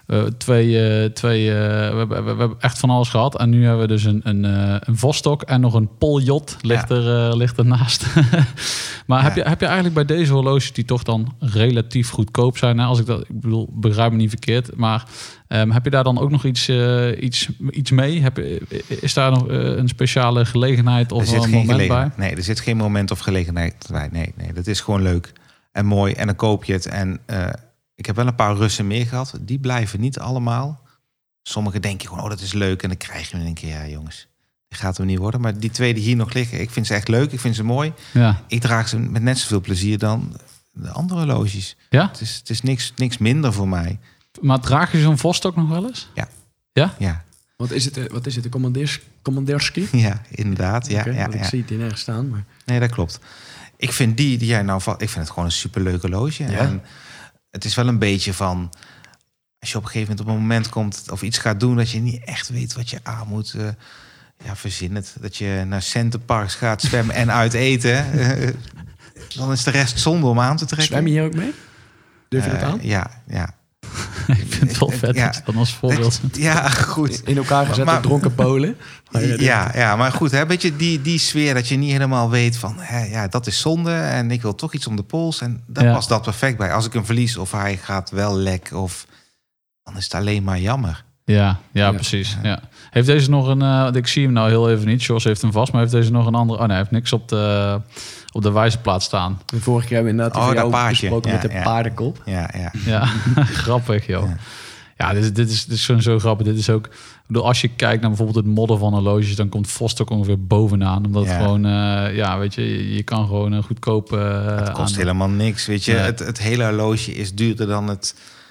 uh, twee, uh, twee uh, we, hebben, we hebben echt van alles gehad. En nu hebben we dus een, een, uh, een Vostok en nog een Poljot ligt, ja. er, uh, ligt ernaast. maar ja. heb, je, heb je eigenlijk bij deze horloges die toch dan relatief goedkoop zijn? Hè? Als ik dat, ik bedoel, begrijp me niet verkeerd. Maar um, heb je daar dan ook nog iets, uh, iets, iets mee? Heb je, is daar nog uh, een speciale gelegenheid of een moment gelegenheid. bij? Nee, er zit geen moment of gelegenheid bij. Nee, nee, dat is gewoon leuk en mooi. En dan koop je het. En uh, ik heb wel een paar Russen meer gehad. Die blijven niet allemaal. Sommigen denken gewoon, oh, dat is leuk. En dan krijg je in een keer, ja jongens, die gaat hem niet worden. Maar die twee die hier nog liggen, ik vind ze echt leuk. Ik vind ze mooi. Ja. Ik draag ze met net zoveel plezier dan de andere horloges. Ja? Het is, het is niks, niks minder voor mij. Maar draag je zo'n Vostok nog wel eens? Ja. Ja? Ja. Wat is het, wat is het de commandeers, commandeerski? Ja, inderdaad. Ja, okay, ja, ik ja. zie het hier nergens staan. Maar... Nee, dat klopt. Ik vind die die jij nou valt, ik vind het gewoon een superleuk horloge. Ja? En het is wel een beetje van, als je op een gegeven moment op een moment komt of iets gaat doen dat je niet echt weet wat je aan moet, uh, ja, verzin het. Dat je naar Centerparks gaat zwemmen en uit eten. Uh, dan is de rest zonde om aan te trekken. Zwem je hier ook mee? Durf je uh, dat aan? Ja, ja. Ik vind het wel vet ja. dat je dan als voorbeeld... Ja, goed. In elkaar gezet maar, door dronken Polen. Ja, ja, maar goed, hè, weet je, die, die sfeer dat je niet helemaal weet van, hè, ja, dat is zonde en ik wil toch iets om de pols. En daar ja. past dat perfect bij. Als ik hem verlies of hij gaat wel lek, of dan is het alleen maar jammer. Ja, ja, Ja. precies. Ja. Heeft deze nog een... Uh, ik zie hem nou heel even niet. Jos heeft hem vast, maar heeft deze nog een andere... Oh nee, hij heeft niks op de, op de wijzerplaat staan. De vorige keer hebben we inderdaad Oh, over dat jou paardje. besproken Ja, met de ja. paardenkop. Ja, ja. Ja, grappig, joh. Ja. Ja, dit is, dit is, dit is zo, zo grappig. Dit is ook... Ik bedoel, als je kijkt naar bijvoorbeeld het modder van horloges, dan komt Vostok ongeveer bovenaan. Omdat Ja. het gewoon... Uh, ja, weet je, je, je kan gewoon een goedkoop... Uh, Het kost aan... helemaal niks, weet je. Nee. Het, het hele horloge is duurder dan het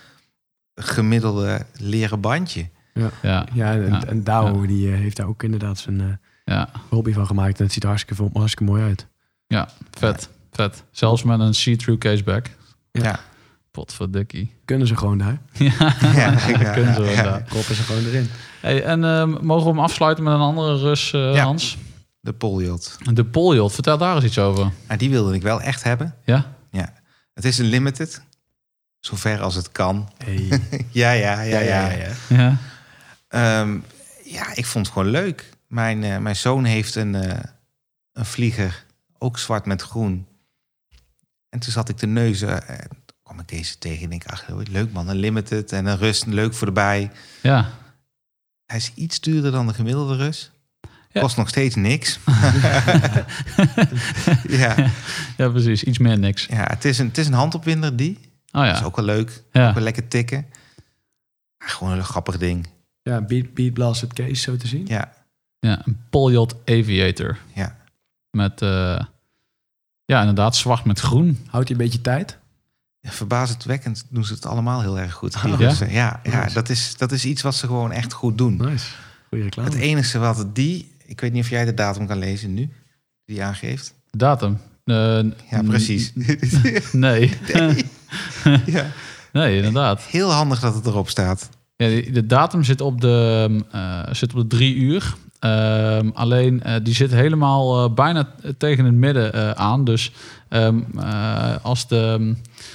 gemiddelde leren bandje. Ja, Ja, ja en, ja. en Douwe Ja. die uh, heeft daar ook inderdaad zijn uh, ja, hobby van gemaakt. En het ziet er hartstikke, hartstikke mooi uit. ja, vet, vet. Zelfs met een see-through caseback. Ja. Ja, Potverdikkie. Kunnen ze gewoon daar. Ja, ja, ja, kunnen ze ja, wel ja. daar. Koppen ze gewoon erin. Hey, en uh, mogen we hem afsluiten met een andere Rus, uh, Ja. Hans? De Poljot. De Poljot, vertel daar eens iets over. En die wilde ik wel echt hebben. Ja? Ja. Het is een limited. Zover als het kan. Hey. Ja, ja, ja, ja. ja. Ja. Um, ja, ik vond het gewoon leuk. Mijn, uh, mijn zoon heeft een, uh, een vlieger, ook zwart met groen. En toen zat ik te neuzen en toen kwam ik deze tegen en denk ik, ach, leuk man, een limited en een Rus, leuk voor de bij. Ja. Hij is iets duurder dan de gemiddelde Rus. Ja. Kost nog steeds niks. ja. Ja, precies. Iets meer niks. ja, het is een, het is een handopwinder die. Oh Dat is ja. ook wel leuk. Ja. Ook wel lekker tikken. Ja, gewoon een grappig ding. Ja, beat, beat blasted case, zo te zien. Ja, Ja, een Poljot Aviator. ja. Met, uh, ja, inderdaad, zwart met groen. Houdt hij een beetje tijd? Ja, verbazendwekkend doen ze het allemaal heel erg goed. Die Oh, ja? Russen. Ja, ja Nice. dat, is, dat is iets wat ze gewoon echt goed doen. Nice. Goeie reclame. Het enige wat die... Ik weet niet of jij de datum kan lezen nu. Die aangeeft. Datum. Uh, Ja, precies. Nee. Nee. Ja. Nee, inderdaad. Heel handig dat het erop staat. Ja, de, de datum zit op de, uh, zit op de drie uur. Um, alleen uh, die zit helemaal uh, bijna tegen het midden uh, aan. Dus um, uh, als de...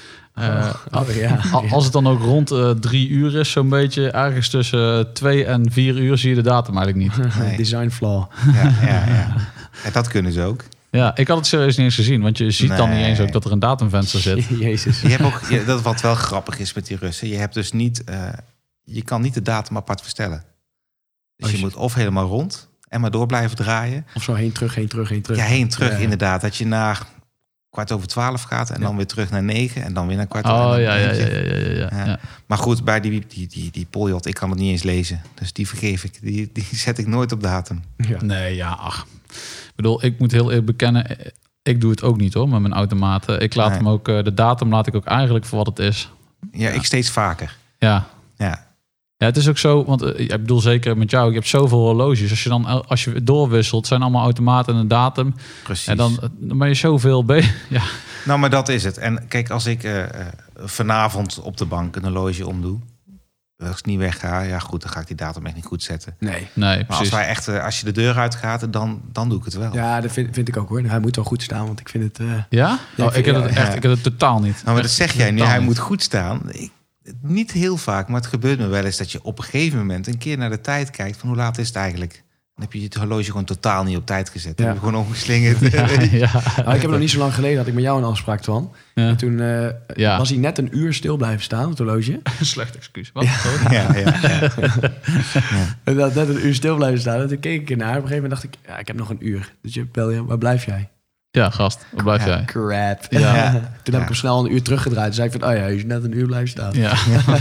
Uh, Oh, oh, ja. Als het dan ook rond uh, drie uur is, zo'n beetje ergens tussen twee en vier uur, zie je de datum eigenlijk niet. Nee. Design flaw. Ja, ja, ja. Ja, dat kunnen ze ook. Ja, ik had het serieus niet eens gezien, want je ziet dan Nee. niet eens ook dat er een datumvenster zit. Jezus. Je hebt ook, je, dat wat wel grappig is met die Russen. Je hebt dus niet, uh, je kan niet de datum apart verstellen. Dus Als je je- moet of helemaal rond en maar door blijven draaien. Of zo heen, terug, heen, terug, heen, terug. Ja, heen terug Ja. inderdaad. Dat je naar kwart over twaalf gaat en Ja. dan weer terug naar negen en dan weer naar kwart over. Oh en ja, dan ja, ja, eentje. ja, ja, ja, Ja. ja. Maar goed, bij die, die, die, die Poljot, ik kan het niet eens lezen. Dus die vergeef ik. Die, die zet ik nooit op datum. Ja. Nee, ja, ach. Ik bedoel, ik moet heel eerlijk bekennen, ik doe het ook niet hoor, met mijn automaten. Ik laat Nee. hem ook, uh, de datum laat ik ook eigenlijk voor wat het is. Ja, ik steeds vaker. Ja. Ja, Ja, het is ook zo, want uh, ik bedoel zeker met jou, je hebt zoveel horloges. Als je dan, uh, als je doorwisselt, zijn allemaal automaten en een datum. precies. En dan, dan ben je zoveel bezig. Ja. Nou, maar dat is het. En kijk, als ik uh, uh, vanavond op de bank een horloge omdoe, als ik niet wegga, ja goed, dan ga ik die datum echt niet goed zetten. Nee. Nee, Maar als, precies. wij echt, uh, als je de deur uitgaat, dan, dan doe ik het wel. Ja, dat vind, vind ik ook hoor. Hij moet wel goed staan, want ik vind het... Uh... Ja? Ja, Oh, ik heb ja, het echt, ja. ik heb het totaal niet. Nou, maar dat zeg jij nu, Totaal hij niet. moet goed staan. Ik, Niet heel vaak, maar het gebeurt me wel eens dat je op een gegeven moment een keer naar de tijd kijkt van hoe laat is het eigenlijk? Dan heb je het horloge gewoon totaal niet op tijd gezet. Ja. Dan heb je gewoon omgeslingerd. Ja, ja. Nou, ik heb nog niet zo lang geleden had ik met jou een afspraak, Twan. Ja. En toen uh, Ja. was hij net een uur stil blijven staan, het horloge. Slecht excuus. Wat? Sorry. ja, ja, ja. En dat net een uur stil blijven staan. En toen keek ik ernaar. Op een gegeven moment dacht ik, ja, ik heb nog een uur. Dus je bel je, waar blijf jij? Ja, gast. Waar blijf Ja. jij? Crap. Ja. Ja. Toen heb Ja. ik hem snel een uur teruggedraaid. Toen zei ik van, oh ja, hij is net een uur blijven staan. Ja.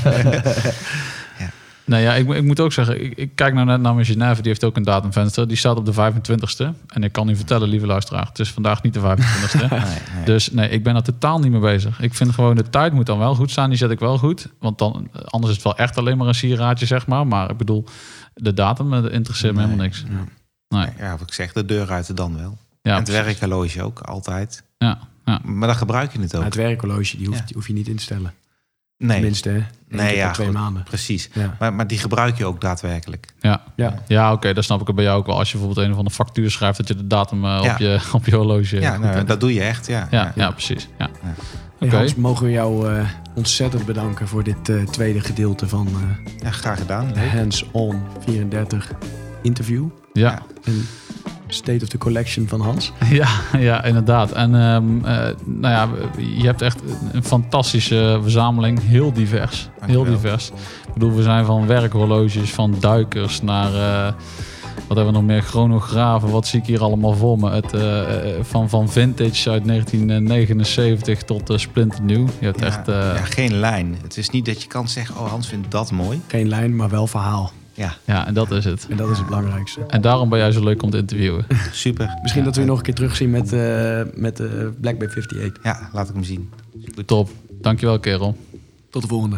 Nee, ja, ik, ik moet ook zeggen, ik, ik kijk nou net naar mijn Genève, die heeft ook een datumvenster. Die staat op de vijfentwintigste. En ik kan u vertellen, lieve luisteraar, het is vandaag niet de vijfentwintigste. Nee, nee. Dus nee, ik ben er totaal niet mee bezig. Ik vind gewoon, de tijd moet dan wel goed staan, die zet ik wel goed. Want dan, anders is het wel echt alleen maar een sieraadje, zeg maar. Maar ik bedoel, de datum dat interesseert me Nee. helemaal niks. Ja. Nee. Ja, wat ik zeg, de deur uit dan wel. Ja, en het precies. werkhorloge ook, altijd. Ja, ja. Maar dan gebruik je het ook. Maar het werkhorloge, die hoef, Ja. die hoef je niet in te stellen. Nee, Tenminste, hè? Eén nee keer ja, per twee goed, maanden. precies. Ja. Maar, maar die gebruik je ook daadwerkelijk. Ja, Ja. ja oké, dat snap ik er bij jou ook wel. Als je bijvoorbeeld een of andere factuur schrijft, dat je de datum uh, Ja. op, je, op je horloge Ja, goed nou, hebt. dat doe je echt, ja. Ja, ja, precies. Ja. Ja. Hey, Oké. Hans, mogen we jou uh, ontzettend bedanken voor dit uh, tweede gedeelte van uh, Ja, graag gedaan. de Hands-on vierendertig interview. Ja. Een State of the Collection van Hans. Ja, ja, inderdaad. En um, uh, nou ja, je hebt echt een fantastische verzameling. Heel divers. Dankjewel. Heel divers. Ik bedoel, we zijn van werkhorloges, van duikers naar... Uh, wat hebben we nog meer? Chronografen. Wat zie ik hier allemaal voor me? Het, uh, van, van vintage uit negentien negenenzeventig tot uh, splinternieuw. Je hebt Ja, echt... Uh, ja, geen lijn. Het is niet dat je kan zeggen, oh, Hans vindt dat mooi. Geen lijn, maar wel verhaal. Ja, ja, en dat is het. En dat is het belangrijkste. En daarom ben jij zo leuk om te interviewen. super. Misschien Ja, dat we je nog een keer terugzien met, uh, met uh, Black Bay vijfenvijftig. Ja, laat ik hem zien. Goed. Top. Dankjewel, kerel. Tot de volgende.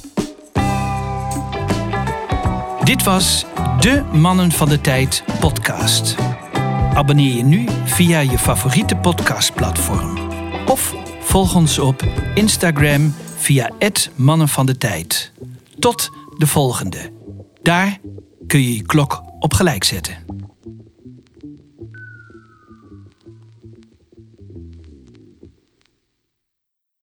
Dit was de Mannen van de Tijd podcast. Abonneer je nu via je favoriete podcastplatform. Of volg ons op Instagram via het Mannen van de Tijd. Tot de volgende. Daar kun je je klok op gelijk zetten.